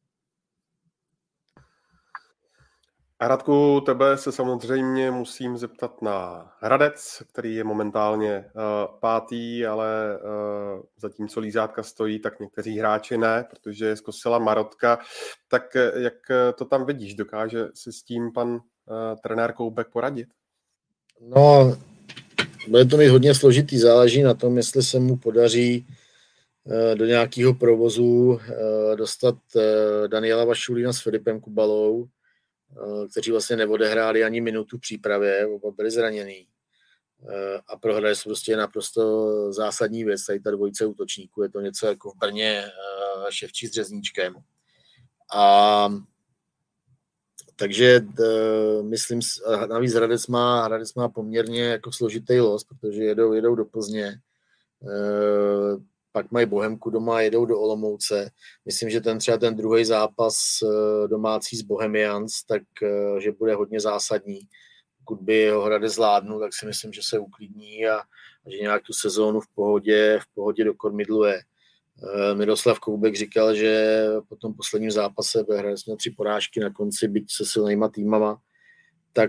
A Radku, tebe se samozřejmě musím zeptat na Hradec, který je momentálně 5., ale zatímco lízátka stojí, tak někteří hráči ne, protože je zkosila Marotka. Tak jak to tam vidíš? Dokáže si s tím pan trenér Koubek poradit? No, bude to mít hodně složitý, záleží na tom, jestli se mu podaří do nějakého provozu dostat Daniela Vašulína s Filipem Kubalou, kteří vlastně neodehráli ani minutu v přípravě, oba byli zraněný. A pro Hradec prostě naprosto zásadní věc, tady ta dvojice útočníků, je to něco jako v Brně Ševčí s Řezníčkem. A takže myslím, navíc Hradec má poměrně jako složitý los, protože jedou do Plzně, pak mají Bohemku doma, jedou do Olomouce. Myslím, že třeba ten druhý zápas domácí s Bohemians, tak že bude hodně zásadní. Pokud by ho Hradec zvládnul, tak si myslím, že se uklidní a že nějak tu sezónu v pohodě dokormidluje. Miroslav Koubek říkal, že po tom posledním zápase Hradec měl 3 porážky na konci, byť se silnýma týmama, tak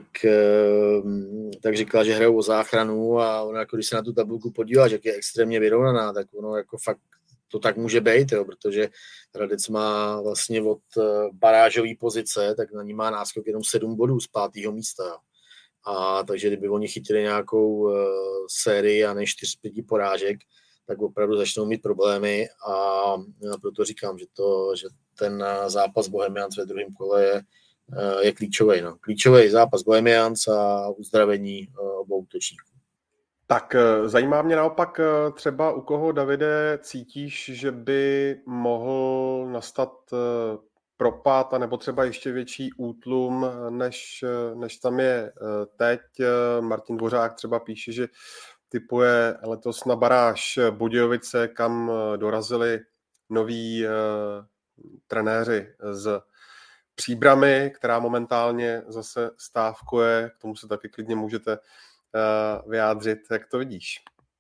říkal, že hrajou o záchranu a ono, jako když se na tu tabulku podíváš, jak je extrémně vyrovnaná, tak ono jako fakt to tak může být, jo, protože Hradec má vlastně od barážové pozice, tak na ní má náskok jenom 7 bodů z 5. místa. Jo. A takže kdyby oni chytili nějakou sérii a ne 4-5 porážek, tak opravdu začnou mít problémy a proto říkám, že ten zápas Bohemians ve druhém kole je klíčový. No. Klíčový zápas Bohemians a uzdravení obou útočníků. Tak zajímá mě naopak třeba, u koho, Davide, cítíš, že by mohl nastat propad a nebo třeba ještě větší útlum, než tam je teď. Martin Dvořák třeba píše, že tipuje letos na baráž Budějovice, kam dorazili noví trenéři z Příbrami, která momentálně zase stávkuje. K tomu se taky klidně můžete vyjádřit. Jak to vidíš?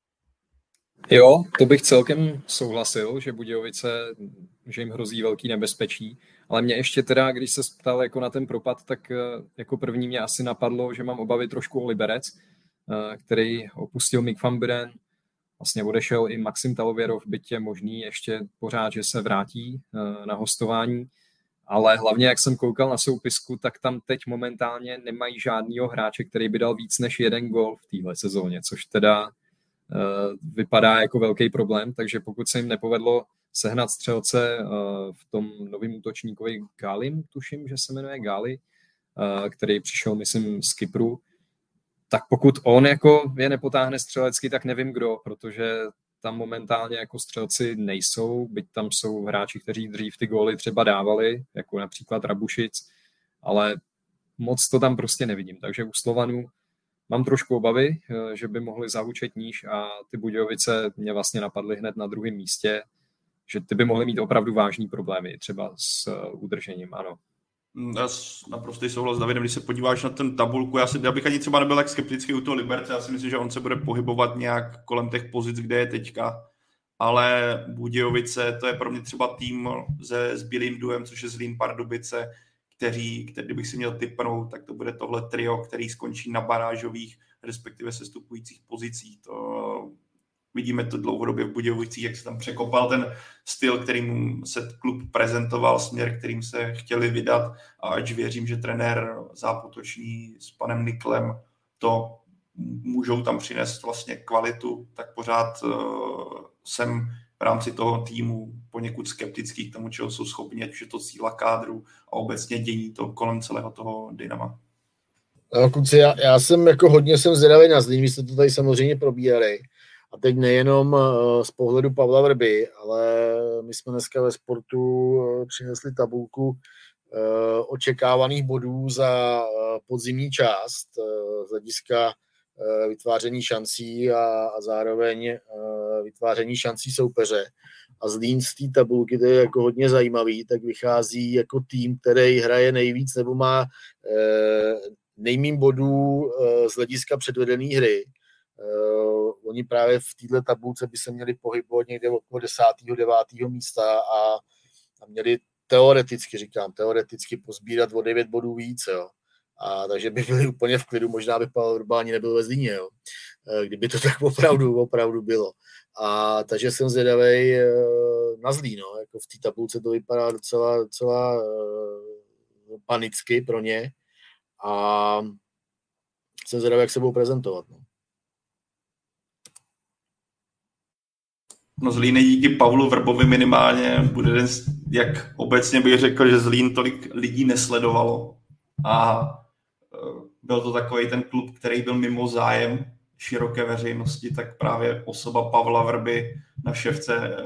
Jo, to bych celkem souhlasil, že Budějovice, že jim hrozí velký nebezpečí, ale mě ještě teda, když se ptal jako na ten propad, tak jako první mě asi napadlo, že mám obavy trošku o Liberec, který opustil Mick van Buren, vlastně odešel i Maxim Talověrov, byť je možný ještě pořád, že se vrátí na hostování, ale hlavně, jak jsem koukal na soupisku, tak tam teď momentálně nemají žádnýho hráče, který by dal víc než 1 gól v téhle sezóně, což teda vypadá jako velký problém, takže pokud se jim nepovedlo sehnat střelce v tom novým útočníkovi Galim, tuším, že se jmenuje Gali, který přišel, myslím, z Kypru, tak pokud on jako je nepotáhne střelecky, tak nevím kdo, protože tam momentálně jako střelci nejsou, byť tam jsou hráči, kteří dřív ty góly třeba dávali, jako například Rabušic, ale moc to tam prostě nevidím. Takže u Slovanů mám trošku obavy, že by mohli zahučet níž a ty Budějovice mě vlastně napadly hned na druhém místě, že ty by mohly mít opravdu vážný problémy, třeba s udržením, ano. Já naprostý souhlas s Davidem, když se podíváš na ten tabulku, já bych ani třeba nebyl tak skeptický u toho Liberce, já si myslím, že on se bude pohybovat nějak kolem těch pozic, kde je teďka. ale Budějovice, to je pro mě třeba tým s Bílým Duhem, což je Zlín Pardubice, který bych si měl tipnout, tak to bude tohle trio, který skončí na barážových, respektive sestupujících pozicích. Vidíme to dlouhodobě v Budějovicích, jak se tam překopal ten styl, kterým se klub prezentoval, směr, kterým se chtěli vydat, a ač věřím, že trenér zápotoční s panem Niklem to můžou tam přinést vlastně kvalitu, tak pořád jsem v rámci toho týmu poněkud skeptický k tomu, čeho jsou schopni, ať už je to síla kádru a obecně dění to kolem celého toho Dynama. No, kluci, já jsem jako hodně zvědavý na Zlín, vy jste to tady samozřejmě probírali. A teď nejenom z pohledu Pavla Vrby, ale my jsme dneska ve Sportu přinesli tabulku očekávaných bodů za podzimní část z hlediska vytváření šancí a zároveň vytváření šancí soupeře. A Zlín z té tabulky, to je jako hodně zajímavý, tak vychází jako tým, který hraje nejvíc nebo má nejmíň bodů z hlediska předvedené hry. Oni právě v této tabulce by se měli pohybovat někde okolo 10. 9. místa a měli teoreticky pozbírat o 9 bodů víc, jo. A takže by byli úplně v klidu, možná by Pavel Vrba ani nebyl ve Zlíně, jo. Kdyby to tak opravdu bylo. A takže jsem zvědavej na Zlín, no. Jako v té tabulce to vypadá docela panicky pro ně a jsem zvědavý, jak se budou prezentovat, no. No Zlín díky Pavlu Vrbovi minimálně bude jeden, jak obecně bych řekl, že Zlín tolik lidí nesledovalo. A byl to takový ten klub, který byl mimo zájem široké veřejnosti, tak právě osoba Pavla Vrby na šefce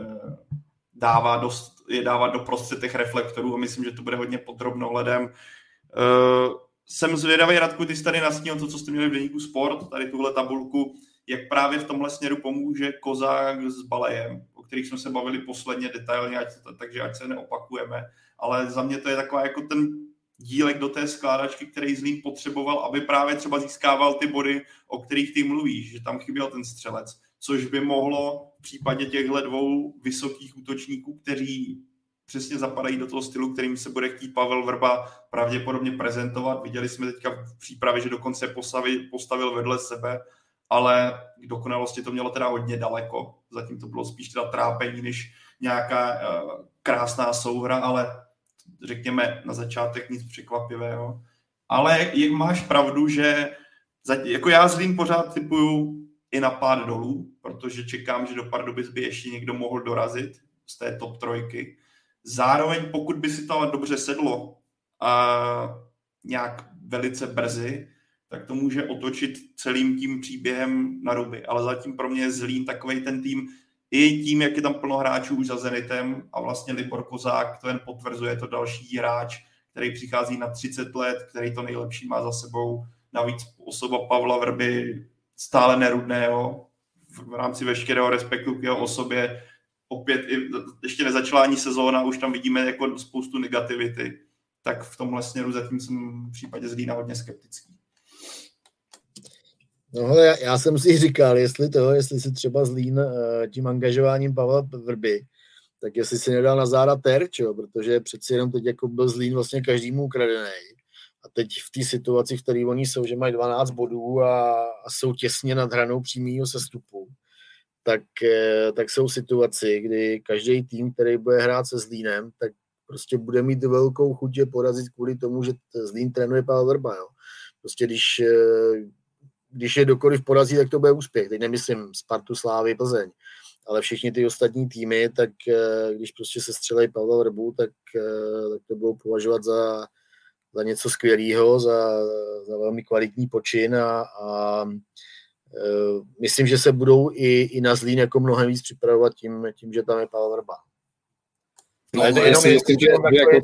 dává do prostřed těch reflektorů a myslím, že to bude hodně pod drobnohledem. Jsem zvědavý, Radku, ty jsi tady nastínil to, co jste měli v deníku Sport, tady tuhle tabulku, jak právě v tomhle směru pomůže Kozák s Balejem, o kterých jsme se bavili posledně detailně, takže ať se neopakujeme, ale za mě to je taková jako ten dílek do té skládačky, který Zlín potřeboval, aby právě třeba získával ty body, o kterých ty mluvíš, že tam chyběl ten střelec, což by mohlo v případě těchto dvou vysokých útočníků, kteří přesně zapadají do toho stylu, kterým se bude chtít Pavel Vrba pravděpodobně prezentovat. Viděli jsme teďka v přípravě, že dokonce postavil vedle sebe, ale k dokonalosti to mělo teda hodně daleko. Zatím to bylo spíš teda trápení, než nějaká krásná souhra, ale řekněme na začátek nic překvapivého. Ale jak máš pravdu, že jako já Zlín pořád typuju i na pád dolů, protože čekám, že do Pardubic by ještě někdo mohl dorazit z té top trojky. Zároveň pokud by si to ale dobře sedlo a nějak velice brzy, tak to může otočit celým tím příběhem na ruby. Ale zatím pro mě je Zlín takovej ten tým, i tím, jak je tam plno hráčů už za Zenitem a vlastně Libor Kozák, to jen potvrzuje, to další hráč, který přichází na 30 let, který to nejlepší má za sebou. Navíc osoba Pavla Vrby stále nerudného v rámci veškerého respektu k jeho osobě. Opět ještě nezačala ani sezóna, už tam vidíme jako spoustu negativity. Tak v tomhle směru zatím jsem v případě Zlína hodně skeptický. No, já jsem si říkal, jestli si třeba Zlín tím angažováním Pavla Vrby, tak jestli si nedal na záda terč, jo, protože přeci jenom teď jako byl Zlín vlastně každému ukradený. A teď v té situaci, v které oni jsou, že mají 12 bodů a jsou těsně nad hranou přímého sestupu, tak jsou situaci, kdy každý tým, který bude hrát se Zlínem, tak prostě bude mít velkou chuť je porazit kvůli tomu, že Zlín trénuje Pavel Vrba. Jo. Prostě když je dokoliv porazí, tak to bude úspěch. Teď nemyslím Spartu, Slávy, Plzeň, ale všichni ty ostatní týmy, tak když prostě se střelejí Pavla Vrbu, tak to budou považovat za něco skvělého, za velmi kvalitní počin a myslím, že se budou i na Zlín jako mnohem víc připravovat tím, že tam je Pavel Vrba. No, ale jestli jako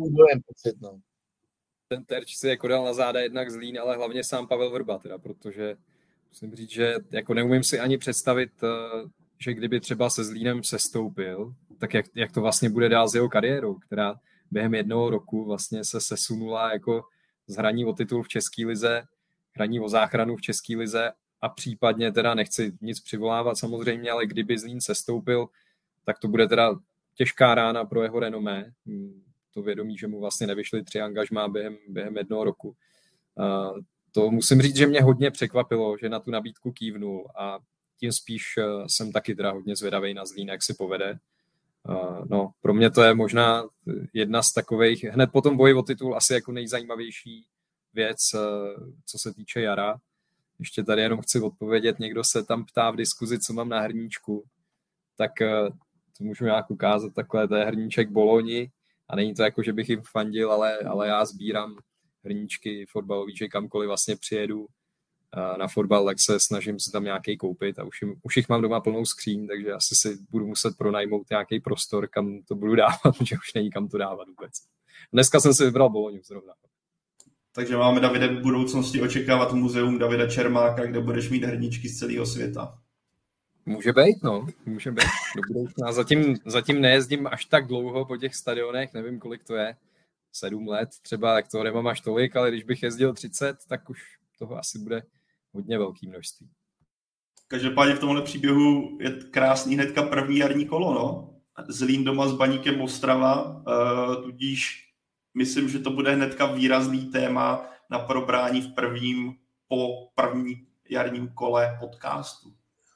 ten terč si jako dal na záda jednak Zlín, ale hlavně sám Pavel Vrba, teda, protože musím říct, že jako neumím si ani představit, že kdyby třeba se Zlínem sestoupil, tak jak to vlastně bude dál s jeho kariérou, která během jednoho roku vlastně se sesunula jako z hraní o titul v České lize, hraní o záchranu v České lize a případně teda nechci nic přivolávat samozřejmě, ale kdyby Zlín sestoupil, tak to bude teda těžká rána pro jeho renomé. To vědomí, že mu vlastně nevyšly 3 angažmá během 1 roku. To musím říct, že mě hodně překvapilo, že na tu nabídku kývnul a tím spíš jsem taky teda hodně zvědavej na Zlín, jak si povede. No, pro mě to je možná jedna z takových, hned po tom boji o titul asi jako nejzajímavější věc, co se týče jara. Ještě tady jenom chci odpovědět, někdo se tam ptá v diskuzi, co mám na hrníčku, tak to můžu nějak ukázat, takhle to je hrníček Bologni a není to jako, že bych jim fandil, ale já sbírám hrníčky fotbalový, že kamkoliv vlastně přijedu na fotbal, tak se snažím si tam nějaký koupit a už jich mám doma plnou skříň, takže asi si budu muset pronajmout nějaký prostor, kam to budu dávat, protože už není kam to dávat vůbec. Dneska jsem si vybral Bolognu zrovna. Takže máme, Davide, v budoucnosti očekávat muzeum Davida Čermáka, kde budeš mít hrníčky z celého světa. Může být. Do budoucna. Zatím nejezdím až tak dlouho po těch stadionech, nevím, kolik to je, 7 let třeba, tak toho nemám až tolik, ale když bych jezdil 30, tak už toho asi bude hodně velký množství. Každopádně v tomhle příběhu je krásný hnedka první jarní kolo, no. Zlín doma s Baníkem Ostrava, tudíž myslím, že to bude hnedka výrazný téma na probrání po první jarním kole podcastu.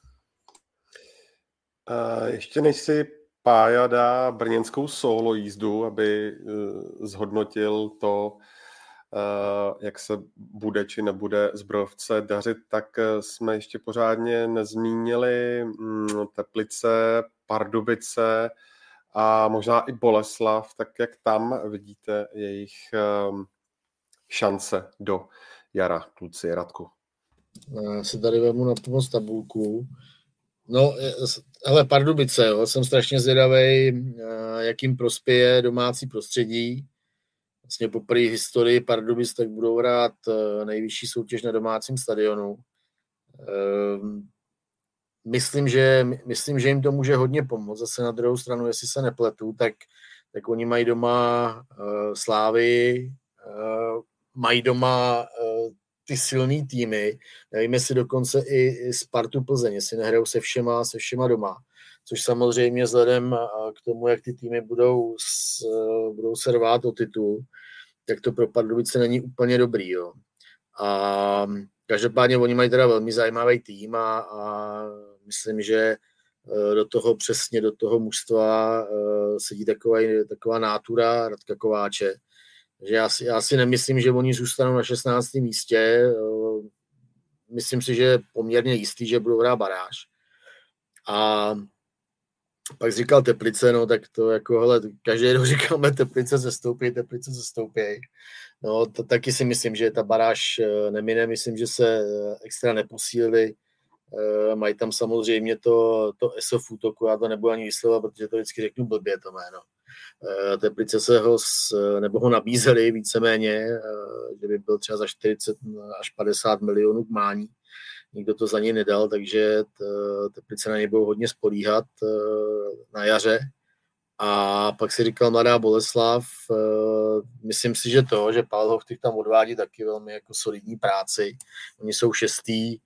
Ještě než si Pája dá brněnskou solo jízdu, aby zhodnotil to, jak se bude či nebude zbrojovce dařit, tak jsme ještě pořádně nezmínili Teplice, Pardubice a možná i Boleslav, tak jak tam vidíte jejich šance do jara, kluci, Radku? Já si tady vezmu na pomoc tabulku. No, hele, Pardubice, jo, jsem strašně zvědavej, jakým prospěje domácí prostředí. Vlastně poprvé v historii Pardubic tak budou hrát nejvyšší soutěž na domácím stadionu. Myslím, že jim to může hodně pomoct. Zase na druhou stranu, jestli se nepletu, tak oni mají doma Slávy, mají doma ty silný týmy. Nevím, jestli dokonce i Spartu Plzeň, jestli nehrajou se všema doma. Což samozřejmě vzhledem k tomu, jak ty týmy budou se rvát o titul, tak to pro Pardubice není úplně dobrý. Jo. A každopádně oni mají teda velmi zajímavý tým a myslím, že do toho mužstva sedí taková nátura Radka Kováče. Takže já si nemyslím, že oni zůstanou na 16. místě. Myslím si, že je poměrně jistý, že budou hrát baráž. A pak říkal Teplice, no tak to jako, hele, každý den říkáme Teplice zestoupí. No, to taky si myslím, že ta baráž nemine, myslím, že se extra neposílili. Mají tam samozřejmě to ESO v útoku, já to nebudu ani vyslovovat, protože to vždycky řeknu blbě to jméno. Teplice se ho nabízeli víceméně, že by byl třeba za 40 až 50 milionů k mání. Nikdo to za něj nedal, takže Teplice na něj budou hodně spolíhat na jaře. A pak si říkal Mladá Boleslav, myslím si, že Pavel Hochtych tam odvádí taky velmi jako solidní práci. Oni jsou 6.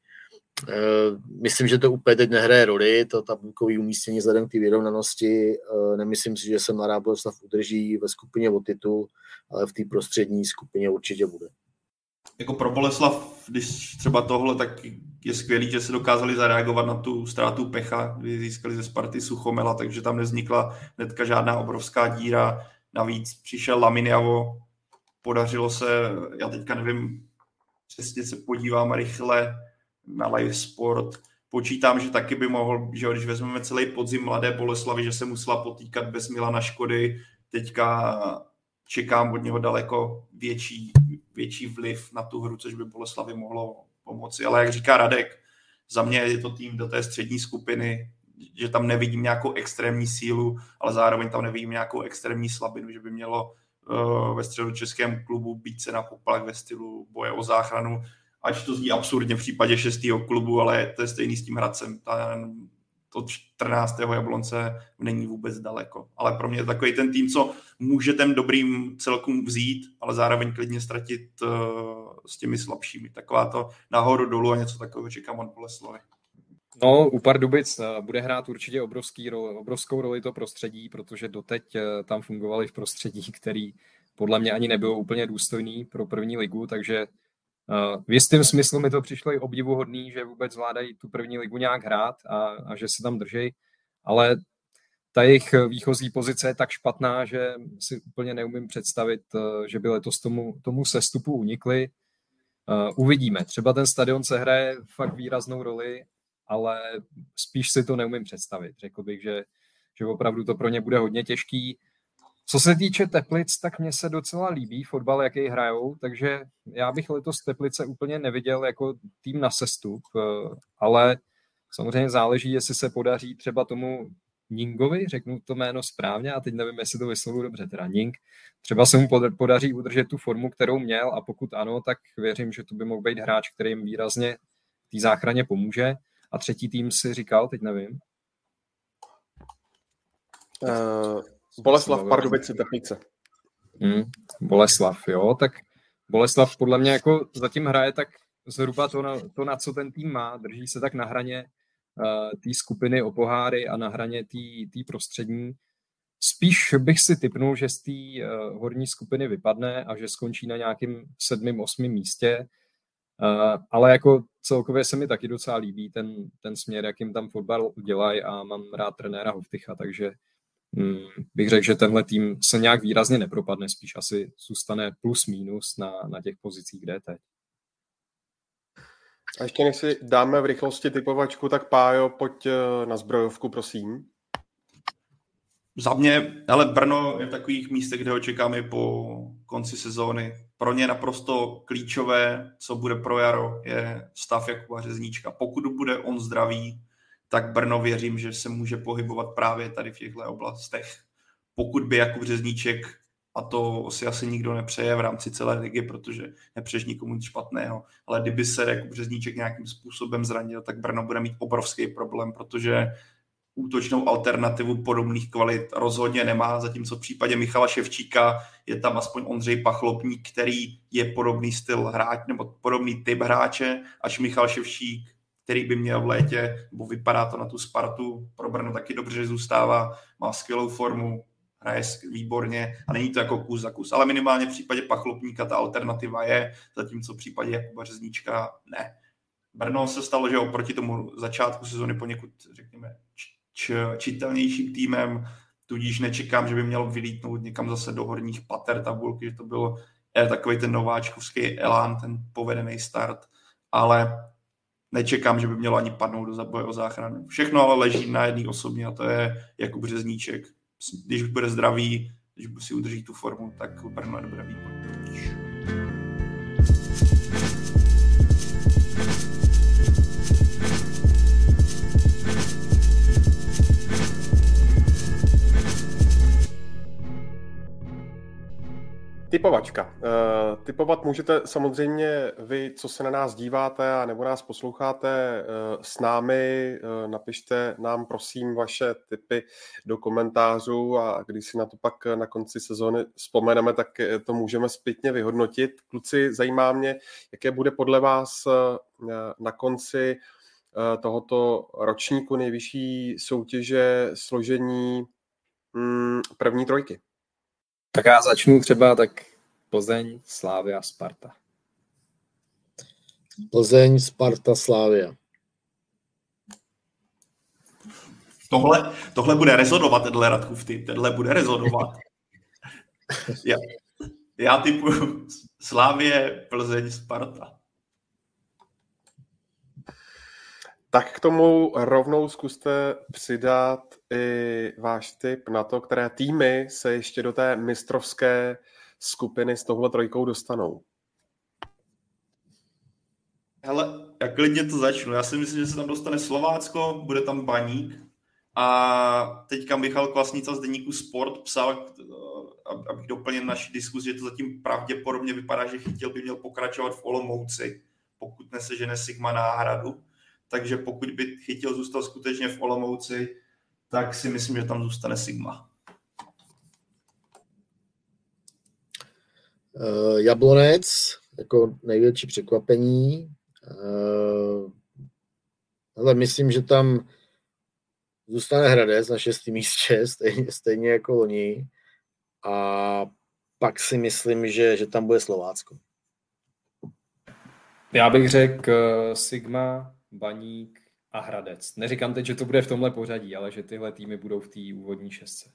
Myslím, že to úplně teď nehraje roli, to tabulkové umístění vzhledem k té vyrovnanosti. Nemyslím si, že se Mladá Boleslav udrží ve skupině o titul, ale v té prostřední skupině určitě bude. Jako pro Boleslav, když třeba tohle, tak je skvělý, že se dokázali zareagovat na tu ztrátu Pecha, kdy získali ze Sparty Suchomela, takže tam nevznikla hnedka žádná obrovská díra. Navíc přišel Laminiavo, podařilo se, já teďka nevím, přesně se podívám rychle na Live Sport, počítám, že taky by mohl, že když vezmeme celý podzim Mladé Boleslavy, že se musela potýkat bez Milana Škody, teďka čekám od něho daleko větší vliv na tu hru, což by Boleslavi mohlo pomoci. Ale jak říká Radek, za mě je to tým do té střední skupiny, že tam nevidím nějakou extrémní sílu, ale zároveň tam nevidím nějakou extrémní slabinu, že by mělo ve středočeském klubu být se na poplach ve stylu boje o záchranu, ať to zní absurdně v případě 6. klubu, ale to je stejný s tím Hradcem. Od 14. Jablonce není vůbec daleko. Ale pro mě je takový ten tým, co může těm dobrým celkům vzít, ale zároveň klidně s těmi slabšími. Taková to nahoru dolů a něco takového čekám od Boleslavy. No, u Pardubic bude hrát určitě obrovskou roli to prostředí, protože doteď tam fungovali v prostředí, který podle mě ani nebylo úplně důstojný pro první ligu, takže v jistém smyslu mi to přišlo i obdivuhodný, že vůbec zvládají tu první ligu nějak hrát a že se tam drží, ale ta jejich výchozí pozice je tak špatná, že si úplně neumím představit, že by letos tomu sestupu unikli. Uvidíme. Třeba ten stadion se hraje fakt výraznou roli, ale spíš si to neumím představit. Řekl bych, že opravdu to pro ně bude hodně těžký. Co se týče Teplic, tak mně se docela líbí fotbal, jaký hrajou, takže já bych letos Teplice úplně neviděl jako tým na sestup, ale samozřejmě záleží, jestli se podaří třeba tomu Ningovi, řeknu to jméno správně, a teď nevím, jestli to vyslovuju dobře, teda Ning, třeba se mu podaří udržet tu formu, kterou měl, a pokud ano, tak věřím, že to by mohl být hráč, který jim výrazně té záchraně pomůže. A třetí tým si říkal, teď nevím. Boleslav, Pardubice, Teplice. Boleslav, jo, tak Boleslav podle mě jako zatím hraje tak zhruba to, na co ten tým má, drží se tak na hraně té skupiny o poháry a na hraně té prostřední. Spíš bych si tipnul, že z té horní skupiny vypadne a že skončí na nějakém 7., 8. místě, ale jako celkově se mi taky docela líbí ten směr, jakým tam fotbal dělají, a mám rád trenéra Hoftycha, takže bych řekl, že tenhle tým se nějak výrazně nepropadne, spíš asi zůstane plus minus na těch pozicích, kde je teď. A ještě než si dáme v rychlosti typovačku, tak Pájo, pojď na zbrojovku, prosím. Za mě, ale Brno je v takových místech, kde ho čekáme po konci sezóny. Pro ně naprosto klíčové, co bude pro jaro, je stav Jakuba Řezníčka. Pokud bude on zdravý, tak Brno věřím, že se může pohybovat právě tady v těchto oblastech. Pokud by Jakub Řezníček, a to si asi nikdo nepřeje v rámci celé ligy, protože nepřeješ nikomu nic špatného, ale kdyby se Jakub Řezníček nějakým způsobem zranil, tak Brno bude mít obrovský problém, protože útočnou alternativu podobných kvalit rozhodně nemá, zatímco v případě Michala Ševčíka je tam aspoň Ondřej Pachlopník, který je podobný styl hráč, nebo podobný typ hráče, až Michal Ševčík, který by měl v létě, nebo vypadá to na tu Spartu, pro Brno taky dobře zůstává, má skvělou formu, hraje výborně a není to jako kus za kus, ale minimálně v případě Pachlopníka ta alternativa je, zatímco v případě Jakuba Řezníčka ne. Brno se stalo, že oproti tomu začátku sezony poněkud, řekněme, čitelnějším týmem, tudíž nečekám, že by mělo vylítnout někam zase do horních pater tabulky, že to byl takový ten nováčkovský elán, ten povedený start, ale nečekám, že by mělo ani padnout do boje o záchranu. Všechno ale leží na jedné osobně, a to je Jakub Řezníček. Když bude zdravý, když si udrží tu formu, tak Brno nebude výborný. Typovačka. Typovat můžete samozřejmě vy, co se na nás díváte a nebo nás posloucháte s námi. Napište nám prosím vaše tipy do komentářů, a když si na to pak na konci sezóny vzpomeneme, tak to můžeme zpětně vyhodnotit. Kluci, zajímá mě, jaké bude podle vás na konci tohoto ročníku nejvyšší soutěže složení první trojky. Tak já začnu třeba tak Plzeň, Slavia, Sparta. Plzeň, Sparta, Slavia. Tohle bude rezonovat, tenhle Radkův typ. Tenhle bude rezonovat. Já typuju Slavie, Plzeň, Sparta. Tak k tomu rovnou zkuste přidat i váš tip na to, které týmy se ještě do té mistrovské skupiny s touhle trojkou dostanou. Hele, já klidně to začnu. Já si myslím, že se tam dostane Slovácko, bude tam Baník, a teďka Michal Kvasnica z deníku Sport psal, abych doplnil naši diskuzi, že to zatím pravděpodobně vypadá, že Chytil by měl pokračovat v Olomouci, pokud nesežene Sigma náhradu. Takže pokud by Chytil zůstal skutečně v Olomouci, tak si myslím, že tam zůstane Sigma. Jablonec, jako největší překvapení. Ale myslím, že tam zůstane Hradec na 6. místě, stejně jako loni. A pak si myslím, že tam bude Slovácko. Já bych řekl Sigma, Baník a Hradec. Neříkám teď, že to bude v tomhle pořadí, ale že tyhle týmy budou v té úvodní 6.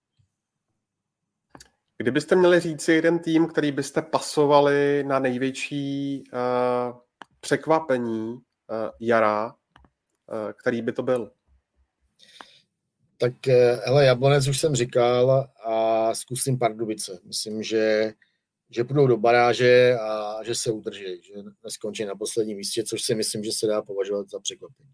Kdybyste měli říct jeden tým, který byste pasovali na největší překvapení jara, který by to byl? Tak hele, Jablonec už jsem říkal a zkusím Pardubice. Myslím, že půjdou do baráže a že se udrží, že neskončí na posledním místě, což si myslím, že se dá považovat za překvapení.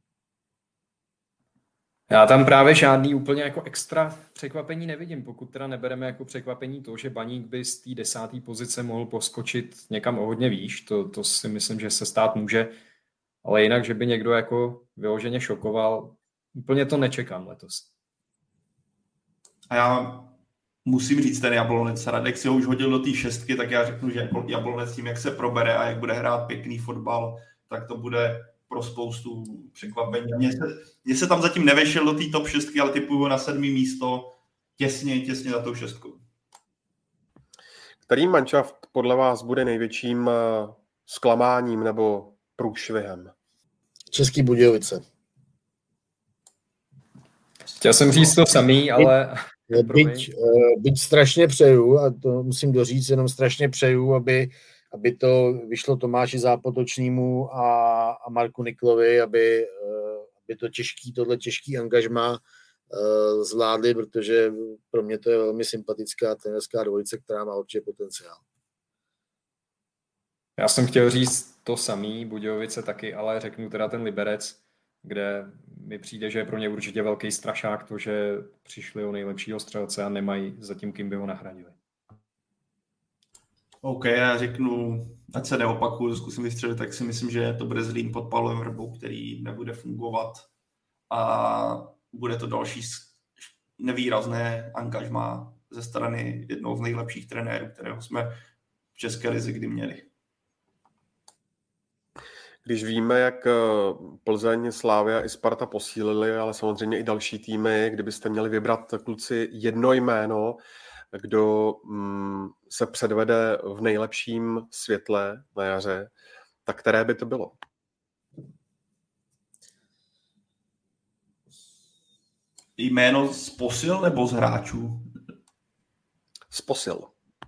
Já tam právě žádný úplně jako extra překvapení nevidím, pokud teda nebereme jako překvapení to, že Baník by z té 10. pozice mohl poskočit někam o hodně výš, to si myslím, že se stát může, ale jinak, že by někdo jako vyloženě šokoval, úplně to nečekám letos. A já musím říct ten Jablonec, Radek si ho už hodil do té 6, tak já řeknu, že Jablonec tím, jak se probere a jak bude hrát pěkný fotbal, tak to bude pro spoustu překvapení. Mně se tam zatím nevešel do té top 6, ale typuju na 7. místo těsně za tou 6. Který manšaft podle vás bude největším zklamáním nebo průšvihem? Český Budějovice. Chtěl jsem říct to samý, ale... Byť strašně přeju, a to musím doříct, jenom strašně přeju, aby to vyšlo Tomáši Zápotočnému a Marku Niklovi, aby tohle těžký angažmá zvládli, protože pro mě to je velmi sympatická trenérská dvojice, která má určitě potenciál. Já jsem chtěl říct to samý, Budějovice taky, ale řeknu teda ten Liberec, kde mi přijde, že je pro ně určitě velký strašák to, že přišli o nejlepšího střelce a nemají zatím, kým by ho nahradili. OK, já řeknu, ať se neopakuju, zkusím vystřelit, tak si myslím, že to bude Zlín pod Pavlem Vrbou, který nebude fungovat a bude to další nevýrazné angažmá ze strany jednoho z nejlepších trenérů, kterého jsme v České lize kdy měli. Když víme, jak Plzeň, Slavia i Sparta posílili, ale samozřejmě i další týmy, kdybyste měli vybrat, kluci, jedno jméno, kdo se předvede v nejlepším světle na jaře, tak které by to bylo? Jméno z posil nebo z hráčů? Z posil.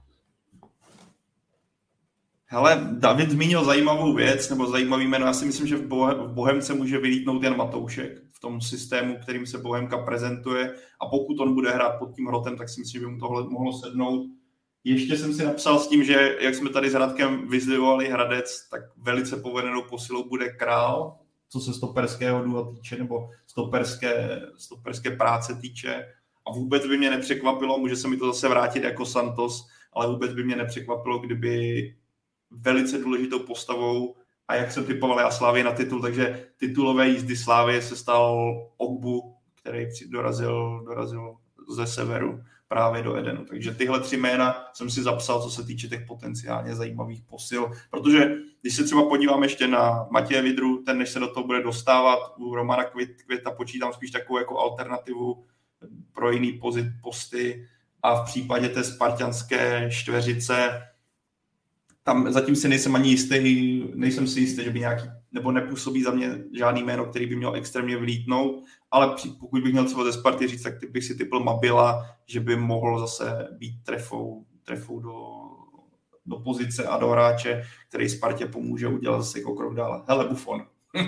Hele, David zmínil zajímavou věc, nebo zajímavý jméno. Já si myslím, že v Bohemce může vylítnout jen Matoušek v tom systému, kterým se Bohemka prezentuje. A pokud on bude hrát pod tím Hrotem, tak si myslím, že by mu tohle mohlo sednout. Ještě jsem si napsal s tím, že jak jsme tady s Radkem vyzdvihovali Hradec, tak velice povedenou posilou bude Král, co se stoperského dua týče, nebo stoperské práce týče. A vůbec by mě nepřekvapilo, může se mi to zase vrátit jako Santos, ale vůbec by mě nepřekvapilo, kdyby velice důležitou postavou, a jak jsem typoval já Slávy na titul, takže titulové jízdy Slávy se stal Ogbu, který dorazil ze severu právě do Edenu. Takže tyhle 3 jména jsem si zapsal, co se týče těch potenciálně zajímavých posil, protože když se třeba podívám ještě na Matěje Vidru, ten než se do toho bude dostávat, u Romana Květa počítám spíš takovou jako alternativu pro jiný posty, a v případě té spartanské čtveřice tam zatím si nejsem si jistý, že by nějaký, nebo nepůsobí za mě žádný jméno, který by měl extrémně vlítnout, ale pokud bych měl třeba ze Sparty říct, tak bych si typl Mabila, že by mohl zase být trefou do pozice a do hráče, který Spartě pomůže udělat zase jako krok dále. Hele, Buffon.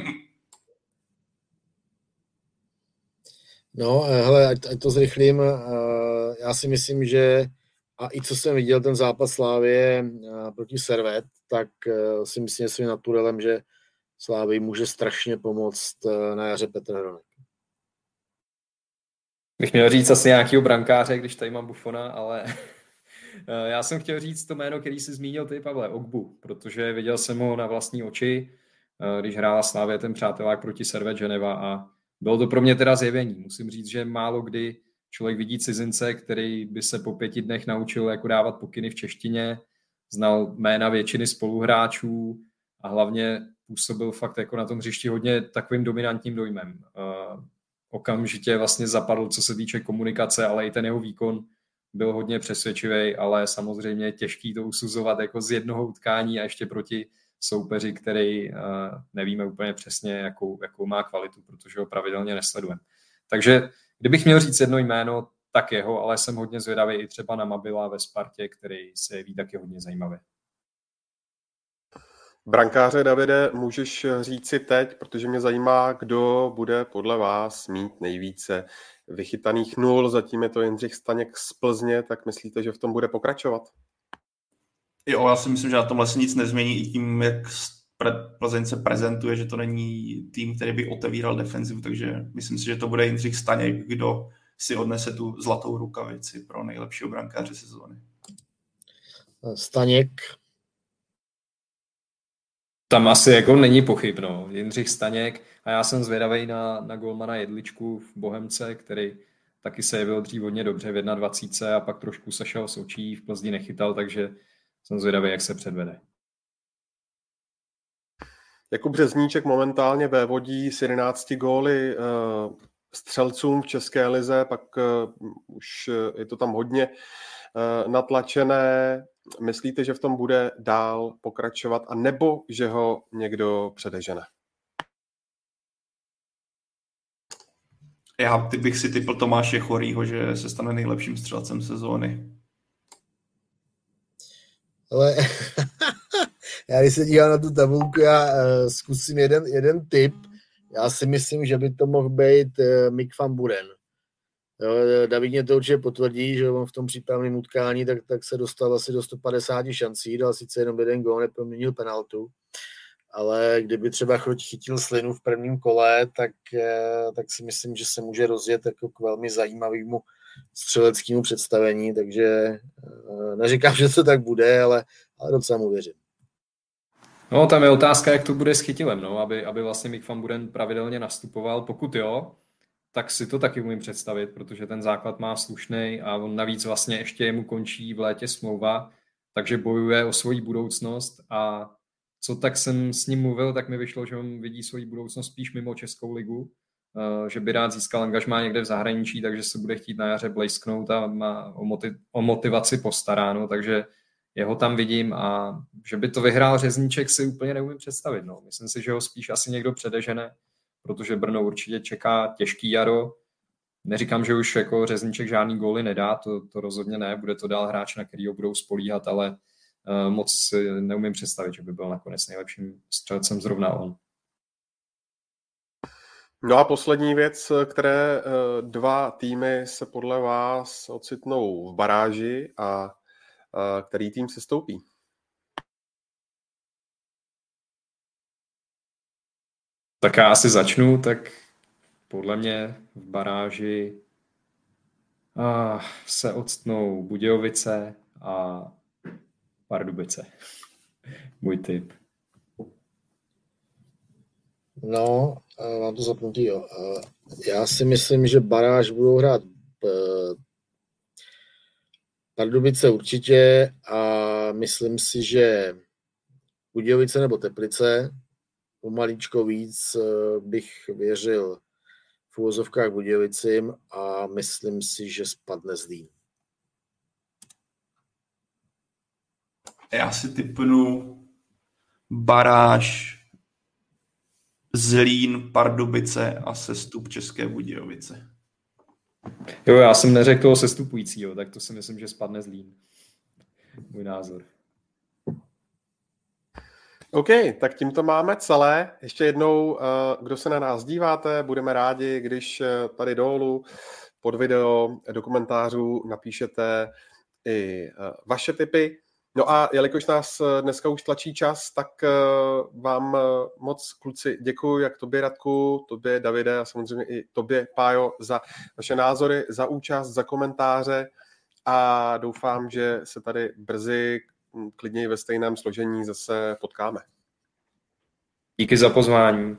No, hele, ať to zrychlím. Já si myslím, že a i co jsem viděl ten zápas Slávie proti Servet, tak si myslím svým naturelem, že Slávii může strašně pomoct na jaře Petr Hronek. Bych měl říct asi nějakýho brankáře, když tady mám Buffona, ale já jsem chtěl říct to jméno, který jsi zmínil ty, Pavle, Ogbu, protože viděl jsem ho na vlastní oči, když hrála Slavie ten přátelák proti Servet Ženeva a bylo to pro mě teda zjevení. Musím říct, že málo kdy člověk vidí cizince, který by se po 5 dnech naučil jako dávat pokyny v češtině, znal jména většiny spoluhráčů a hlavně působil fakt jako na tom hřišti hodně takovým dominantním dojmem. Okamžitě vlastně zapadl, co se týče komunikace, ale i ten jeho výkon byl hodně přesvědčivý, ale samozřejmě je těžký to usuzovat jako z jednoho utkání a ještě proti soupeři, který nevíme úplně přesně, jakou má kvalitu, protože ho pravidelně nesledujeme. Takže kdybych měl říct jedno jméno, tak jeho, ale jsem hodně zvědavý i třeba na Mabila ve Spartě, který se jeví taky hodně zajímavý. Brankáře, Davide, můžeš říct si teď, protože mě zajímá, kdo bude podle vás mít nejvíce vychytaných nul. Zatím je to Jindřich Staněk z Plzně, tak myslíte, že v tom bude pokračovat? Jo, já si myslím, že na tomhle se nic nezmění i tím, jak Plzeň se prezentuje, že to není tým, který by otevíral defenzivu, takže myslím si, že to bude Jindřich Staněk, kdo si odnese tu zlatou rukavici pro nejlepšího brankáře sezóny. Staněk. Tam asi jako není pochyb, no. Jindřich Staněk a já jsem zvědavej na golmana Jedličku v Bohemce, který taky se jevil dřív hodně dobře v 21 a pak trošku sešel z očí, v Plzni nechytal, takže jsem zvědavý, jak se předvede. Jakub Řezníček momentálně vévodí s 11 góly střelcům v České lize, pak už je to tam hodně natlačené. Myslíte, že v tom bude dál pokračovat, a nebo že ho někdo předežene? Já bych si typl Tomáše Chorýho, že se stane nejlepším střelcem sezóny. Ale já když se dívám na tu tabulku, já zkusím jeden tip. Já si myslím, že by to mohl být Mick van Buren. Jo, David mě to určitě potvrdí, že on v tom přípravném utkání tak se dostal asi do 150 šancí, dal sice jenom jeden gól, neproměnil penaltu, ale kdyby třeba chytil slinu v prvním kole, tak si myslím, že se může rozjet jako k velmi zajímavému střeleckému představení, takže neříkám, že to tak bude, ale docela mu věřím. No, tam je otázka, jak to bude s chytilem, no, aby vlastně Mick van Buren pravidelně nastupoval. Pokud jo, tak si to taky umím představit, protože ten základ má slušnej a on navíc vlastně ještě jemu končí v létě smlouva, takže bojuje o svoji budoucnost a co tak jsem s ním mluvil, tak mi vyšlo, že on vidí svoji budoucnost spíš mimo Českou ligu, že by rád získal angažmá někde v zahraničí, takže se bude chtít na jaře blejsknout a má o motivaci postaráno, takže jeho tam vidím a že by to vyhrál Řezníček si úplně neumím představit. No. Myslím si, že ho spíš asi někdo předežene, protože Brno určitě čeká těžký jaro. Neříkám, že už jako Řezníček žádný góly nedá, to rozhodně ne, bude to dál hráč, na kterýho budou spolíhat, ale moc si neumím představit, že by byl nakonec nejlepším střelcem zrovna on. No a poslední věc, které dva týmy se podle vás ocitnou v baráži a který tým se stoupí? Tak já asi začnu, tak podle mě v baráži se ocitnou Budějovice a Pardubice. Můj tip. No, mám to zapnutý, jo. Já si myslím, že baráž budou hrát Pardubice určitě a myslím si, že Budějovice nebo Teplice, o maličko víc bych věřil v uvozovkách Budějovicím a myslím si, že spadne Zlín. Já si tipnu baráž Zlín, Pardubice a sestup České Budějovice. Jo, já jsem neřekl toho sestupujícího, tak to si myslím, že spadne Zlín. Můj názor. OK, tak tímto máme celé. Ještě jednou, kdo se na nás díváte, budeme rádi, když tady dolů pod video do komentářů napíšete i vaše tipy. No a jelikož nás dneska už tlačí čas, tak vám moc, kluci, děkuji, jak tobě, Radku, tobě, Davide, a samozřejmě i tobě, Pájo, za vaše názory, za účast, za komentáře a doufám, že se tady brzy klidně ve stejném složení zase potkáme. Díky za pozvání.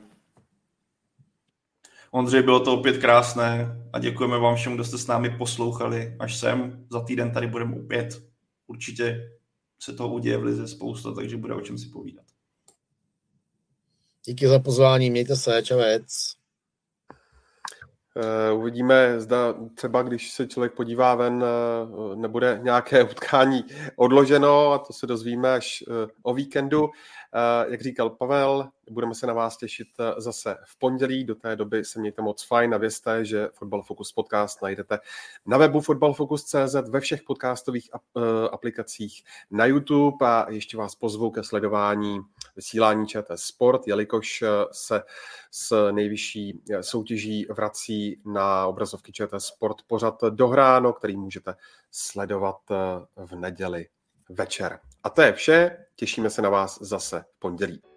Ondřej, bylo to opět krásné a děkujeme vám všem, kdo jste s námi poslouchali až sem. Za týden tady budeme opět určitě se toho uděje v lize spousta, takže bude o čem si povídat. Díky za pozvání, mějte se, čavec. Uvidíme, zda třeba, když se člověk podívá ven, nebude nějaké utkání odloženo a to se dozvíme až o víkendu. Jak říkal Pavel, budeme se na vás těšit zase v pondělí. Do té doby se mějte moc fajn a vězte, že Fotbal Focus podcast najdete na webu fotbalfocus.cz, ve všech podcastových aplikacích, na YouTube a ještě vás pozvu ke sledování vysílání ČT Sport, jelikož se s nejvyšší soutěží vrací na obrazovky ČT Sport pořad Dohráno, který můžete sledovat v neděli večer. A to je vše, těšíme se na vás zase v pondělí.